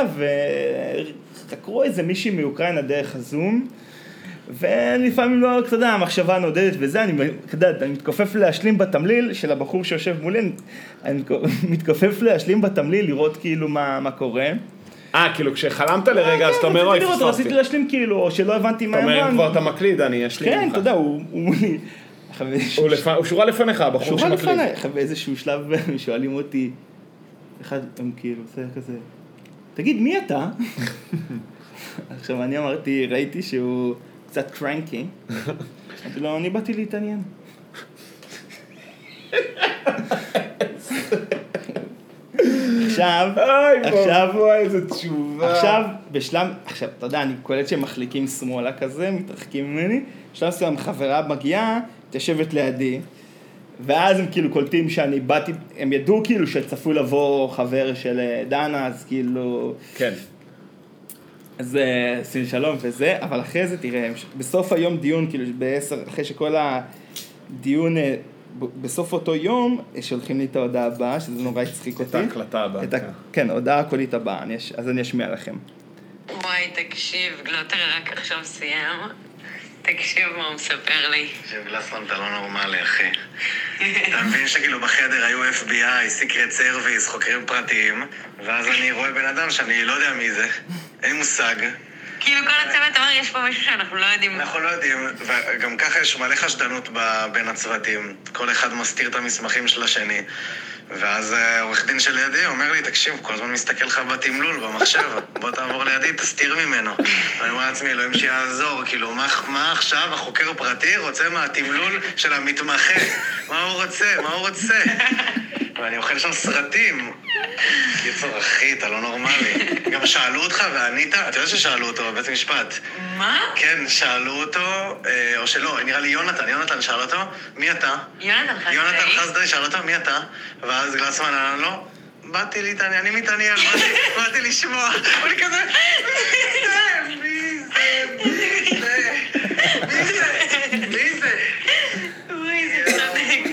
וחקרו איזה מישהי מאוקראינה דרך הזום, ולפעמים לא, אתה יודע, המחשבה נודדת וזה, אני, אתה יודע, אני מתכופף להשלים בתמליל של הבחור שיושב מולי, אני מתכופף להשלים בתמליל, לראות כאילו מה, מה קורה. אה, כאילו כשחלמת לרגע, אז אתה אומר, אוי, פספסתי. רציתי להשלים כאילו, או שלא הבנתי מה אמרנו. אתה אומר, כבר אתה מקליד, אני אשלים לך. כן, אתה יודע, הוא מולי. הוא שורה לפניך, הבחור שמקליד. שורה לפניך, באיזשהו שלב שואלים אותי, אחד, הם כאילו, עושה כזה, תגיד, מי אתה? עכשיו, אני אמרתי, ראיתי שהוא קצת קרנקי. אמרתי לו, אני באתי להתעניין. עכשיו, עכשיו, איזה תשובה. עכשיו, בשלב, עכשיו, אתה יודע, אני קולט שהם מחליקים שמאלה כזה, מתרחקים ממני, בשלב מסוים חברה מגיעה, תשבת לידי, ואז הם כאילו קולטים שאני באתי, הם ידעו כאילו שצפוי לבוא חבר של דנה, אז כאילו... כן. אז עשינו שלום וזה, אבל אחרי זה תראה, בסוף היום דיון, כאילו בעשר, אחרי שכל הדיון, בסוף אותו יום, שולחים לי את ההודעה הבאה, שזה נורא הצחיק אותי. את ההקלטה הבאה. ה... כן, ההודעה הקולית הבאה, אז אני אשמיע לכם. וואי, תקשיב, גלוטר רק עכשיו סיים. תקשיב מה הוא מספר לי. תקשיב, גלסמן, אתה לא נורמלי, אחי. אתה מבין שכאילו בחדר היו אף בי איי, סיקרט סרוויס, חוקרים פרטיים, ואז אני רואה בן אדם שאני לא יודע מי זה, אין לי מושג. כאילו כל הצוות אמר, יש פה משהו שאנחנו לא יודעים. אנחנו לא יודעים, וגם ככה יש מלא חשדנות בין הצוותים. כל אחד מסתיר את המסמכים של השני. ואז עורך דין שלידי אומר לי, תקשיב, כל הזמן מסתכל לך בתמלול, במחשב, בוא תעבור לידי, תסתיר ממנו. ואני אומר לעצמי, אלוהים שיעזור, כאילו, מה, מה עכשיו החוקר פרטי רוצה מהתמלול של המתמחה? מה הוא רוצה? מה הוא רוצה? ואני אוכל שם סרטים. קיצור, אחי, אתה לא נורמלי. גם שאלו אותך וענית, אתה יודע ששאלו אותו בבית משפט. מה? כן, שאלו אותו, או שלא, נראה לי יונתן, יונתן שאל אותו, מי אתה? יונתן חסדאי. יונתן חסדאי שאל אותו, מי אתה? ואז גלסמן אמר לו, באתי להתעניין, אני מתעניין, באתי לשמוע. ואני כזה, מי זה? מי זה? מי זה? מי זה? וואי, זה צודק.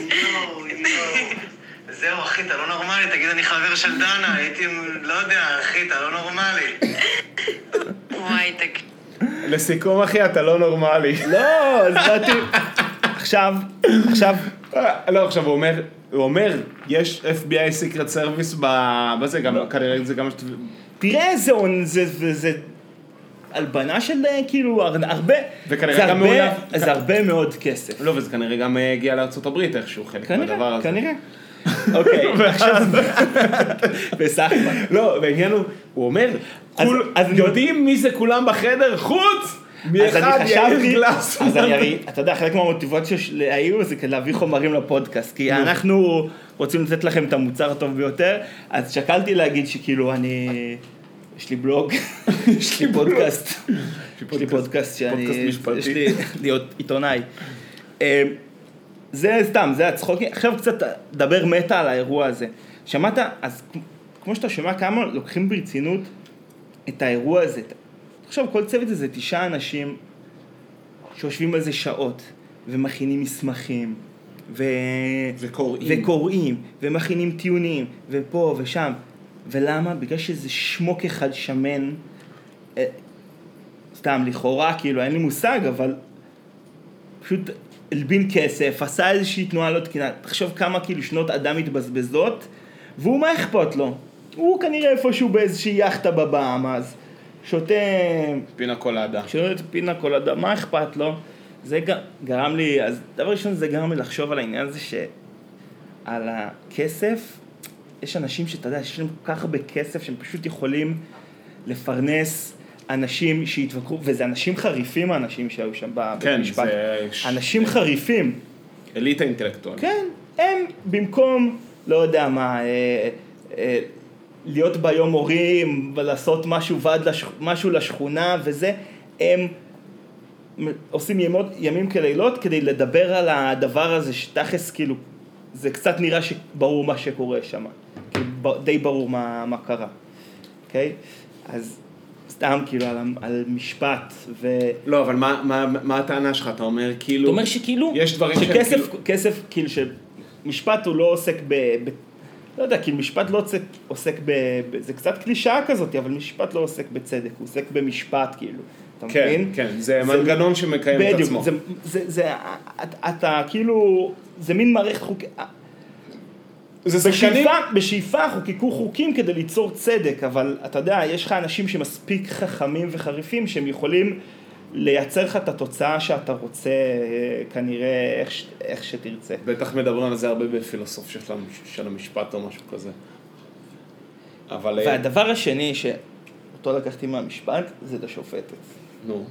זהו, אחי, אתה לא נורמלי, תגיד, אני חבר של דנה, הייתי, לא יודע, אחי, אתה לא נורמלי. וואי, תקשיב. לסיכום, אחי, אתה לא נורמלי. לא, אז באתי... עכשיו, עכשיו... לא, עכשיו הוא אומר, הוא אומר, יש אף בי איי סיקרט סרוויס בזה, גם, כנראה זה גם... תראה, זה הלבנה של כאילו הרבה... וכנראה גם מעולה. זה הרבה מאוד כסף. לא, וזה כנראה גם הגיע לארצות הברית איכשהו, חלק מהדבר הזה. כנראה, כנראה. אוקיי, עכשיו... בסחמן. לא, והעניין הוא, הוא אומר, יודעים מי זה כולם בחדר, חוץ מאחד יאיר גלסמן. אז אני הרי, אתה יודע, חלק מהמוטיבציה של יאיר זה כדי להביא חומרים לפודקאסט, כי אנחנו רוצים לתת לכם את המוצר הטוב ביותר, אז שקלתי להגיד שכאילו אני... יש לי בלוג, יש לי פודקאסט, יש לי פודקאסט שאני... יש לי להיות עיתונאי. זה סתם, זה הצחוקים. עכשיו קצת דבר מטה על האירוע הזה. שמעת, אז כמו שאתה שומע כמה לוקחים ברצינות את האירוע הזה. עכשיו כל צוות הזה תשעה אנשים שיושבים על זה שעות ומכינים מסמכים ו... וקוראים. וקוראים ומכינים טיעונים ופה ושם. ולמה? בגלל שזה שמוק אחד שמן, אה, סתם לכאורה, כאילו אין לי מושג, אבל פשוט הלבין כסף, עשה איזושהי תנועה לא תקינה, תחשוב כמה כאילו שנות אדם מתבזבזות, והוא מה אכפת לו? הוא כנראה איפשהו באיזושהי יחטה בבאמאז, שותה... פינה קולדה. שותה פינה קולדה, מה אכפת לו? זה גרם לי, אז דבר ראשון זה גרם לי לחשוב על העניין הזה שעל הכסף, יש אנשים שאתה יודע, יש להם כל כך הרבה כסף שהם פשוט יכולים לפרנס אנשים שהתווכחו, וזה אנשים חריפים האנשים שהיו שם במשפט. כן, אנשים חריפים. אליטה אינטלקטואלית. כן, הם במקום, לא יודע מה, אה, אה, להיות ביום הורים ולעשות משהו ועד לשכ... משהו לשכונה וזה, הם עושים ימות, ימים כלילות כדי לדבר על הדבר הזה שתכלס כאילו, זה קצת נראה שברור מה שקורה שם. די ברור מה, מה קרה, אוקיי? אז סתם כאילו על, על משפט ו... לא, אבל מה, מה, מה הטענה שלך? אתה אומר כאילו... אתה אומר שכאילו... יש דברים שכסף, שכאילו... כסף, כאילו שמשפט הוא לא עוסק ב... ב לא יודע, כאילו משפט לא עוסק, עוסק ב... ב זה קצת קלישאה כזאת, אבל משפט לא עוסק בצדק, הוא עוסק במשפט כאילו. אתה כן, מבין? כן, זה מנגנון שמקיים את עצמו. בדיוק, זה, זה, זה, אתה כאילו... זה מין מערכת חוק... בשאיפה, בשאיפה חוקקו חוקים כדי ליצור צדק, אבל אתה יודע, יש לך אנשים שמספיק חכמים וחריפים שהם יכולים לייצר לך את התוצאה שאתה רוצה כנראה איך, איך שתרצה. בטח מדברים על זה הרבה בפילוסוף של, של המשפט או משהו כזה. אבל... והדבר השני שאותו לקחתי מהמשפט זה לשופטת. נו.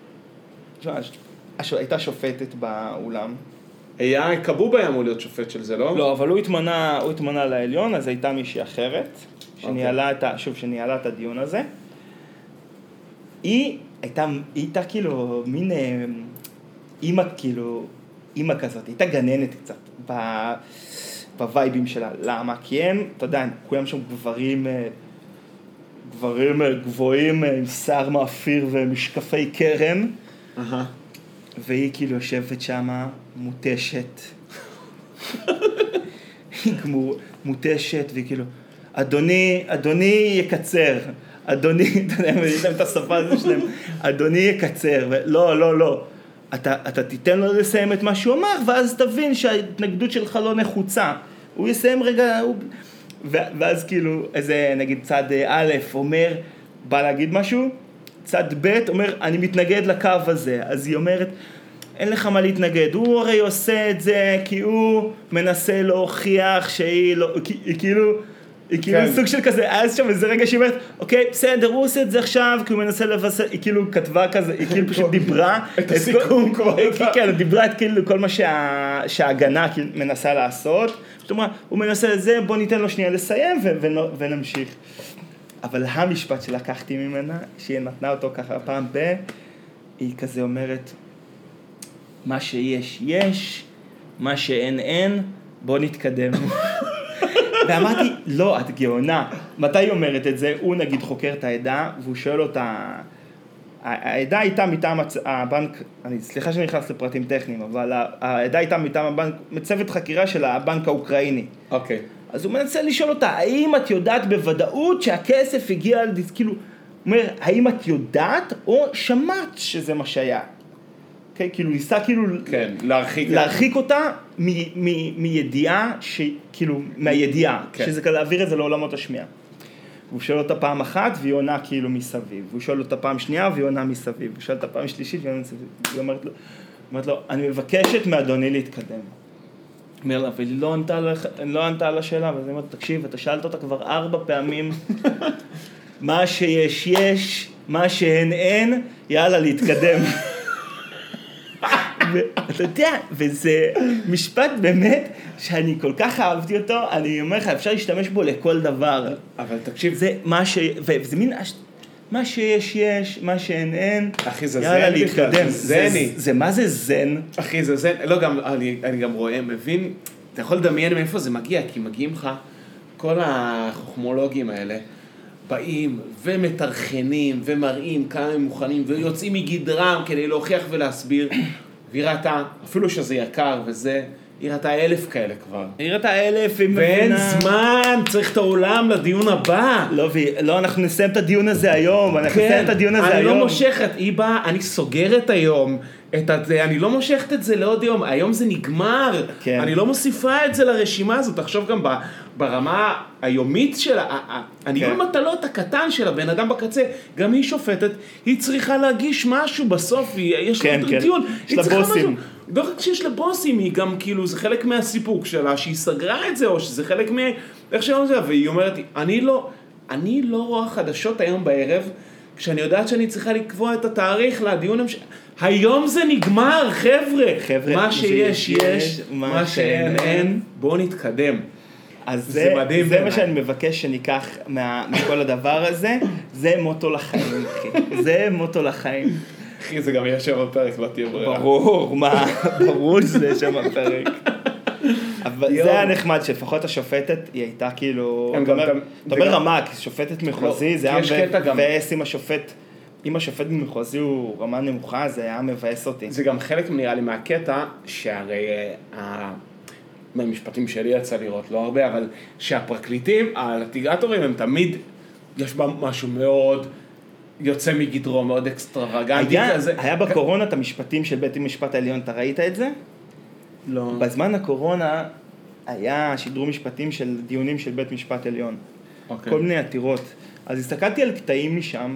הייתה שופטת באולם. היה, קבובה אמור להיות שופט של זה, לא? לא, אבל הוא התמנה, הוא התמנה לעליון, אז הייתה מישהי אחרת, שניהלה את ה, שוב, שניהלה את הדיון הזה. היא הייתה, היא הייתה כאילו, מין אימא, כאילו, אימא כזאת, הייתה גננת קצת ב- בווייבים שלה. למה? כי הם, אתה יודע, כולם שם גברים, גברים גבוהים עם שיער מאפיר ומשקפי קרן, והיא כאילו יושבת שמה מוטשת. היא כמו מוטשת, והיא כאילו, אדוני, אדוני יקצר, אדוני, אתה יודע, יש להם את השפה הזו שלהם, אדוני יקצר, ולא, לא, לא, אתה, אתה תיתן לו לסיים את מה שהוא אמר, ואז תבין שההתנגדות שלך לא נחוצה, הוא יסיים רגע, הוא... ואז כאילו, איזה, נגיד, צד א' אומר, בא להגיד משהו, צד ב' אומר, אני מתנגד לקו הזה, אז היא אומרת, אין לך מה להתנגד, הוא הרי עושה את זה כי הוא מנסה להוכיח שהיא לא, היא כאילו, היא כאילו סוג של כזה, אז שם איזה רגע שהיא אומרת, אוקיי, בסדר, הוא עושה את זה עכשיו כי הוא מנסה לבסס, היא כאילו כתבה כזה, היא כאילו פשוט דיברה, את הסיכום כבר, כן, דיברה את כאילו כל מה שההגנה מנסה לעשות, זאת אומרת, הוא מנסה את זה, בוא ניתן לו שנייה לסיים ונמשיך. אבל המשפט שלקחתי ממנה, שהיא נתנה אותו ככה פעם ב, היא כזה אומרת, מה שיש יש, מה שאין אין, בוא נתקדם. ואמרתי, לא, את גאונה. מתי היא אומרת את זה? הוא נגיד חוקר את העדה, והוא שואל אותה, העדה הייתה מטעם הבנק, אני סליחה שאני נכנס לפרטים טכניים, אבל העדה הייתה מטעם הבנק, מצוות חקירה של הבנק האוקראיני. אוקיי. אז הוא מנסה לשאול אותה, האם את יודעת בוודאות שהכסף הגיע על דיס, כאילו, הוא אומר, האם את יודעת או שמעת שזה מה שהיה? אוקיי, כאילו, ניסה כאילו, כן, להרחיק, להרחיק אותה מ- מ- מידיעה, כאילו, מהידיעה, כן. שזה כזה להעביר את זה לעולמות השמיעה. הוא שואל אותה פעם אחת והיא עונה כאילו מסביב, והוא שואל אותה פעם שנייה והיא עונה מסביב, הוא שואל אותה פעם שלישית והיא עונה מסביב, היא אומרת לו, אומרת לו, אני מבקשת מאדוני להתקדם. אומר לה, והיא לא ענתה, לא ענתה על השאלה, ואז היא אומרת, תקשיב, אתה שאלת אותה כבר ארבע פעמים, מה שיש יש, מה שאין אין, יאללה להתקדם. ואתה יודע, וזה משפט באמת שאני כל כך אהבתי אותו, אני אומר לך, אפשר להשתמש בו לכל דבר. אבל תקשיב, זה מה ש... וזה מין... מה שיש יש, מה שאין אין, אחי, זה יאללה זן להתקדם. בכלל, זה זני. זה מה זה זן? אחי, זה זן, לא, גם, אני, אני גם רואה, מבין, אתה יכול לדמיין מאיפה זה מגיע, כי מגיעים לך כל החוכמולוגים האלה, באים ומתרחנים ומראים כמה הם מוכנים ויוצאים מגדרם כדי להוכיח ולהסביר, והיא ראתה, אפילו שזה יקר וזה, היא ראתה אלף כאלה כבר. היא ראתה אלף, היא מבינה... ואין זמן, צריך את העולם לדיון הבא. לא, לא, אנחנו נסיים את הדיון הזה היום, אנחנו כן, נסיים את הדיון הזה אני היום. לא מושכת, היא באה, אני סוגרת היום, את זה, אני לא מושכת את זה לעוד יום, היום זה נגמר, כן. אני לא מוסיפה את זה לרשימה הזאת, תחשוב גם ברמה היומית של הניהול כן. מטלות הקטן של הבן אדם בקצה, גם היא שופטת, היא צריכה להגיש משהו בסוף, היא, יש כן, לה כן. טיול, יש לה בוסים. לא רק שיש לה בוסים, היא גם כאילו, זה חלק מהסיפוק שלה, שהיא סגרה את זה, או שזה חלק מה... איך שאומרים זה, והיא אומרת, אני לא, אני לא רואה חדשות היום בערב, כשאני יודעת שאני צריכה לקבוע את התאריך לדיון המשך. היום זה נגמר, חבר'ה. חבר'ה, מה שיש יש, יש, מה שאין אין, בואו נתקדם. אז זה זה, מדהים זה בעיניי. מה שאני מבקש שניקח מה, מכל הדבר הזה, זה מוטו לחיים, אחי. זה מוטו לחיים. אחי, זה גם יהיה שם בפרק, לא תהיה ברירה. ברור, מה, ברור שזה שם הפרק. אבל זה היה נחמד, שלפחות השופטת, היא הייתה כאילו, הם אתה גם- אומר- גם- אתה אומר וגם- רמה, כי שופטת מחוזי, לא, זה היה יש קטע גם- מבאס עם השופט, אם השופט במחוזי הוא רמה נמוכה, זה היה מבאס אותי. זה גם חלק נראה לי מהקטע, שהרי אה, מהמשפטים שלי יצא לראות, לא הרבה, אבל שהפרקליטים, הליטיגטורים הם תמיד, יש בה משהו מאוד יוצא מגדרו, מאוד אקסטרווגנטי היה, כזה. היה בקורונה את המשפטים של בית המשפט העליון, אתה ראית את זה? לא. בזמן הקורונה היה שידרו משפטים של דיונים של בית משפט עליון. אוקיי. כל מיני עתירות. אז הסתכלתי על קטעים משם,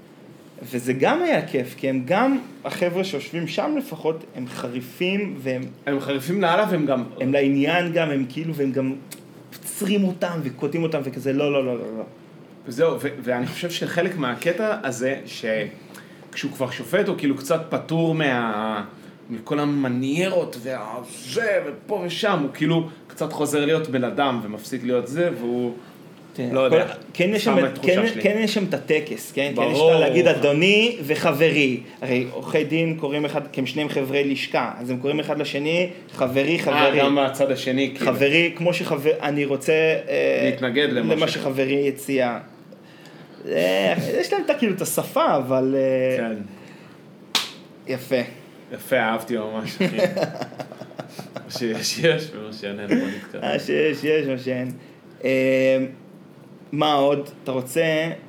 וזה גם היה כיף, כי הם גם, החבר'ה שיושבים שם לפחות, הם חריפים, והם הם חריפים לאללה והם גם... הם לעניין גם, הם כאילו, והם גם פצרים אותם וקוטעים אותם וכזה, לא, לא, לא, לא, לא. וזהו, ו- ואני חושב שחלק מהקטע הזה, שכשהוא כבר שופט, הוא כאילו קצת פטור מה... מכל המניירות והזה, ופה ושם, הוא כאילו קצת חוזר להיות בן אדם, ומפסיק להיות זה, והוא לא יודע. כן יש שם שם- את תחושה כן- שלי. כן יש שם את הטקס, כן? כן יש ברור. את להגיד אדוני וחברי. הרי עורכי דין קוראים אחד, כי הם שניהם חברי לשכה, אז הם קוראים אחד לשני חברי אה, חברי. גם מהצד השני, כאילו. חברי, כמו שחבר, אני רוצה אה, להתנגד למה למה ש- שחברי הציע. אה, יש להם את כאילו את השפה, אבל אה, כן. יפה. יפה, אהבתי ממש, אחי. מה שיש, יש, ומה שאיננו, בוא נתקרב. אה, שיש, יש מה שאין. אה, מה עוד? אתה רוצה...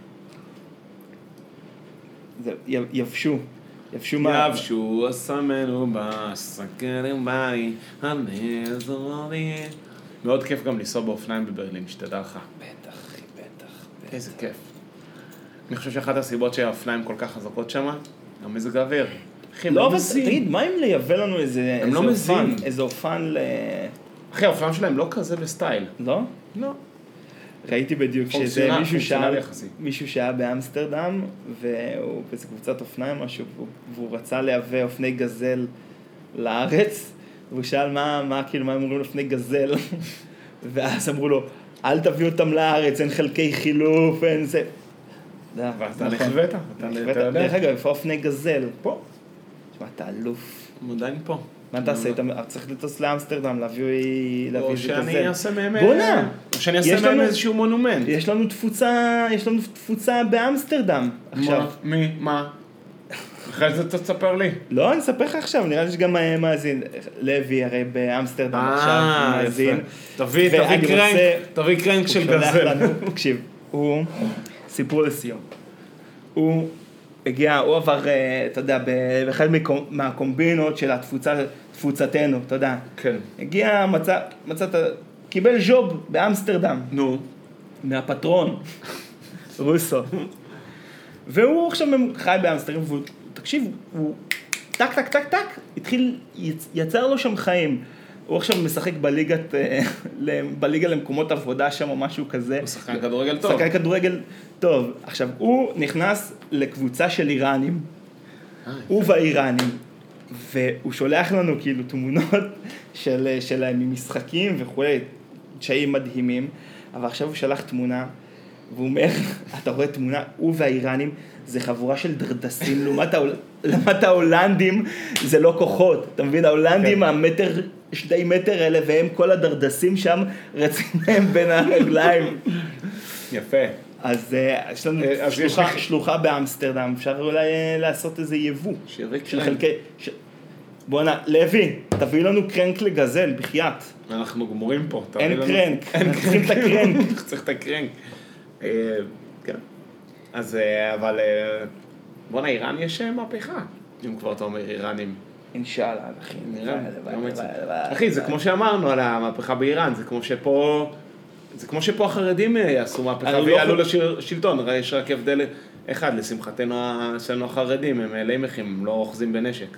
זה, י- יבשו. יבשו מה? יבשו הסמנו בסקרים ביי, הנזור לי. מאוד כיף גם לנסוע באופניים בברלין, שתדע לך. בטח, אחי, בטח. איזה כיף. אני חושב שאחת הסיבות שהאופניים כל כך חזקות שם, המזג האוויר. אחי, הם לא, לא אבל מזיעים. תגיד, מה אם לייבא לנו איזה הם איזה לא אופן? מזיעים. איזה אופן ל... אחי, האופניים שלהם לא כזה בסטייל. לא? לא. ראיתי בדיוק שזה פונקציונל, מישהו פונקציונל שאל, יחסי. מישהו שהיה באמסטרדם, והוא באיזה קבוצת אופניים משהו, והוא- והוא רצה לייבא אופני גזל לארץ, והוא שאל מה, מה, כאילו, מה הם אומרים לאופני גזל, ואז אמרו לו, אל תביאו אותם לארץ, אין חלקי חילוף, אין זה. ואתה נכון. נחווית, אתה נחווית. אתה יודע. דרך אגב, איפה אופני גזל? פה. תשמע, אתה אלוף. הם עדיין פה. מה תעשה? אתה צריך לטוס לאמסטרדם, להביא להביא או איזה שאני גזל. אעשה מהם... בוא'נה, או שאני יש אעשה מהם לנו- איזשהו מונומנט. יש לנו תפוצה, יש לנו תפוצה באמסטרדם עכשיו. מה? מי? מה? אחרי זה תספר לי. לא, אני אספר לך עכשיו, נראה לי שגם אה, מאזין. לוי הרי באמסטרדם עכשיו, אה, מאזין. יפה. תביא, ואני תביא קרנק, רוצה- תביא קרנק של הוא שולח גזל. לנו, תקשיב, הוא, סיפור לסיום. הוא הגיע, הוא עבר, אה, אתה יודע, ב- באחד מקום- מהקומבינות של התפוצה, תפוצתנו, אתה יודע. כן. הגיע, מצא, מצא, את ה- קיבל ז'וב באמסטרדם. נו. מהפטרון, רוסו. והוא עכשיו חי באמסטרדם, והוא, תקשיב, הוא טק טק טק טק, התחיל, יצ- יצר לו שם חיים. הוא עכשיו משחק בליגת, אה, ל- בליגה למקומות עבודה שם או משהו כזה. הוא שחקן כדורגל טוב. שחקן כדורגל טוב. עכשיו, הוא נכנס לקבוצה של איראנים, הוא והאיראנים, והוא שולח לנו כאילו תמונות של, שלהם ממשחקים וכולי, תשעים מדהימים, אבל עכשיו הוא שלח תמונה, והוא אומר, אתה רואה תמונה, הוא והאיראנים, זה חבורה של דרדסים, לעומת, ההול... לעומת ההולנדים, זה לא כוחות, אתה מבין? ההולנדים, המטר, שני מטר האלה, והם כל הדרדסים שם, רצים להם בין הרגליים. יפה. אז uh, יש לנו אה, אז יש שלוחה, לך- שלוחה באמסטרדם, אפשר אולי אה, לעשות איזה יבוא. שירי של קרנק. חלקי... ש... בוא'נה, לוי, תביא לנו קרנק לגזל, בחייאת. אנחנו גמורים פה. תביא אין לנו- קרנק, אין אנחנו צריכים את הקרנק. צריך את הקרנק. אה, כן. אז, אה, אבל... אה, בוא'נה, איראן יש אה, מהפכה. אם כבר אתה אומר איראנים. אינשאללה, אחי. נראה, הלוואי, לא הלוואי, מצא. הלוואי, אחי, זה הלוואי. כמו שאמרנו על המהפכה באיראן, זה כמו שפה... זה כמו שפה החרדים אה, יעשו מהפכה אני לא ויעלו חושב- לשלטון, הרי יש רק הבדל אחד, לשמחתנו אצלנו החרדים, הם לימחים, הם לא אוחזים בנשק.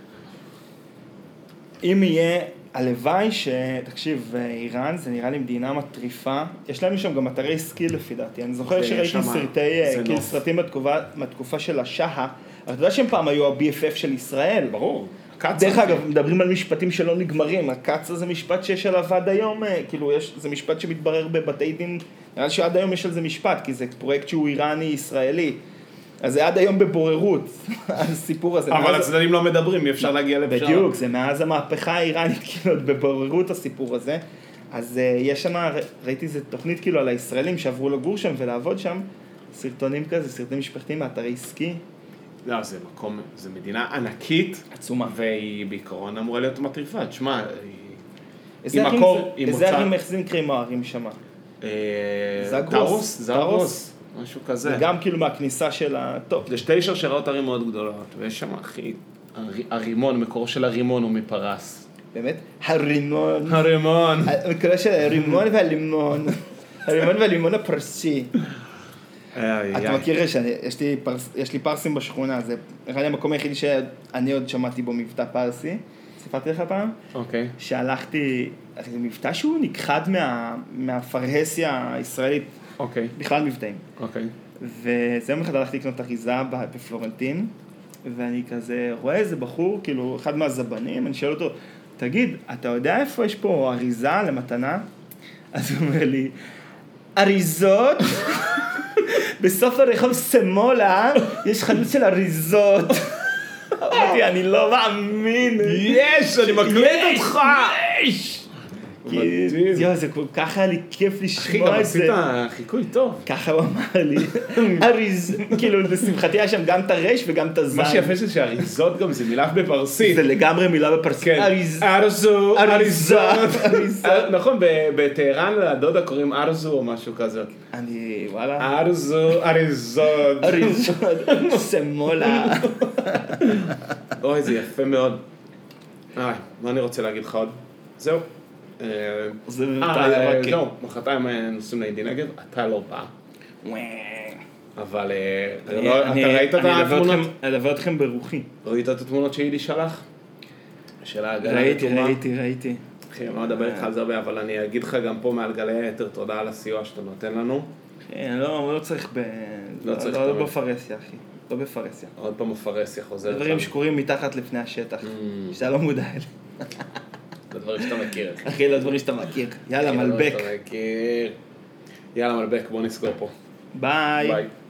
אם יהיה, הלוואי ש... תקשיב, איראן זה נראה לי מדינה מטריפה. יש להם שם גם אתרי סקי לפי דעתי. אני זוכר ויש שראיתי שמה- סרטי, זה כאילו נוף. סרטים מהתקופה, מהתקופה של השאה. אבל אתה יודע שהם פעם היו ה-בי אף אף של ישראל. ברור. דרך אגב, מדברים על משפטים שלא נגמרים, הקצה זה משפט שיש עליו עד היום, אה, כאילו יש, זה משפט שמתברר בבתי דין, נראה לי שעד היום יש על זה משפט, כי זה פרויקט שהוא איראני-ישראלי, אז זה עד היום בבוררות, הסיפור הזה. אבל מאז- הצדדים לא מדברים, אי אפשר להגיע לפשרה. בדיוק, זה מאז המהפכה האיראנית, כאילו, עוד בבוררות הסיפור הזה, אז uh, יש שם, ראיתי איזה תוכנית כאילו על הישראלים שעברו לגור שם ולעבוד שם, סרטונים כזה, סרטונים משפחתיים מאתרי סקי, לא, זה מקום, זה מדינה ענקית, עצומה. והיא בעיקרון אמורה להיות מטריפה. תשמע, היא... איזה עם ערים מקור, זה- עם איזה מוצא- ערים, איך זה נקרא עם הערים שם? אה, זגרוס. טארוס, טארוס. זגרוס, משהו כזה. וגם כאילו מהכניסה של ה... טוב, זה שתי שרשרות ערים מאוד גדולות, ויש שם, אחי, הר- הרימון, מקורו של הרימון הוא מפרס. באמת, הרימון, הרימון. המקרה של הרימון והלימון, הרימון והלימון הפרסי. אתה מכיר שיש לי, פרס, יש לי פרסים בשכונה, זה נראה לי המקום היחידי שאני עוד שמעתי בו מבטא פרסי. סיפרתי לך פעם? אוקיי. שהלכתי, זה מבטא שהוא נכחד מה, מהפרהסיה הישראלית, אוקיי. בכלל מבטאים. אוקיי. וזה יום אחד הלכתי לקנות אריזה בפלורנטין, ואני כזה רואה איזה בחור, כאילו אחד מהזבנים, אני שואל אותו, תגיד, אתה יודע איפה יש פה אריזה למתנה? אז הוא אומר לי, אריזות, בסוף הרחוב שמאלה יש חנות של אריזות. אמרתי, אני לא מאמין. יש, אני מקליט אותך. יש! מדהים. יואו, זה כל כך היה לי כיף אחי, גם לשמוע את זה. עשית חיקוי טוב. ככה הוא אמר לי. אריז, כאילו, לשמחתי היה שם גם את הרש וגם את הזין. מה שיפה זה שאריזות גם זה מילה בפרסית. זה לגמרי מילה בפרסית. כן. אריז. ארזו, אריזה. אריזות. אריזה. נכון, ב- בטהרן לדודה קוראים ארזו או משהו כזה. אני, וואלה. ארזו, אריזות. אריזות. שמאלה. אוי, זה יפה מאוד. איי, מה אני רוצה להגיד לך עוד? זהו. אה, זה אה, באמת זהו, מחרתיים נוסעים לידי נגב, אתה לא בא. אבל אה, לא- אתה ראית את התמונות? אני אלווה אתכם ברוחי. ראית את התמונות שיידי שלח? של העגלה ראיתי, הרתומה? ראיתי, ראיתי. אחי, אני לא אדבר איתך על זה הרבה, אבל אני אגיד לך גם פה מעל גלי היתר, תודה על הסיוע שאתה נותן לנו. כן, לא, לא צריך ב... לא צריך לא תמיד. בפרסיה, אחי. לא בפרסיה. עוד פעם הפרסיה חוזר. זה דברים לך. שקורים מתחת לפני השטח. Mm. שאתה לא מודע אליהם. זה דברים שאתה מכיר. אחי, לא דברים שאתה מכיר. יאללה, זה דברים מלבק. שאתה מכיר. יאללה, מלבק, בוא נסגור פה. ביי. ביי.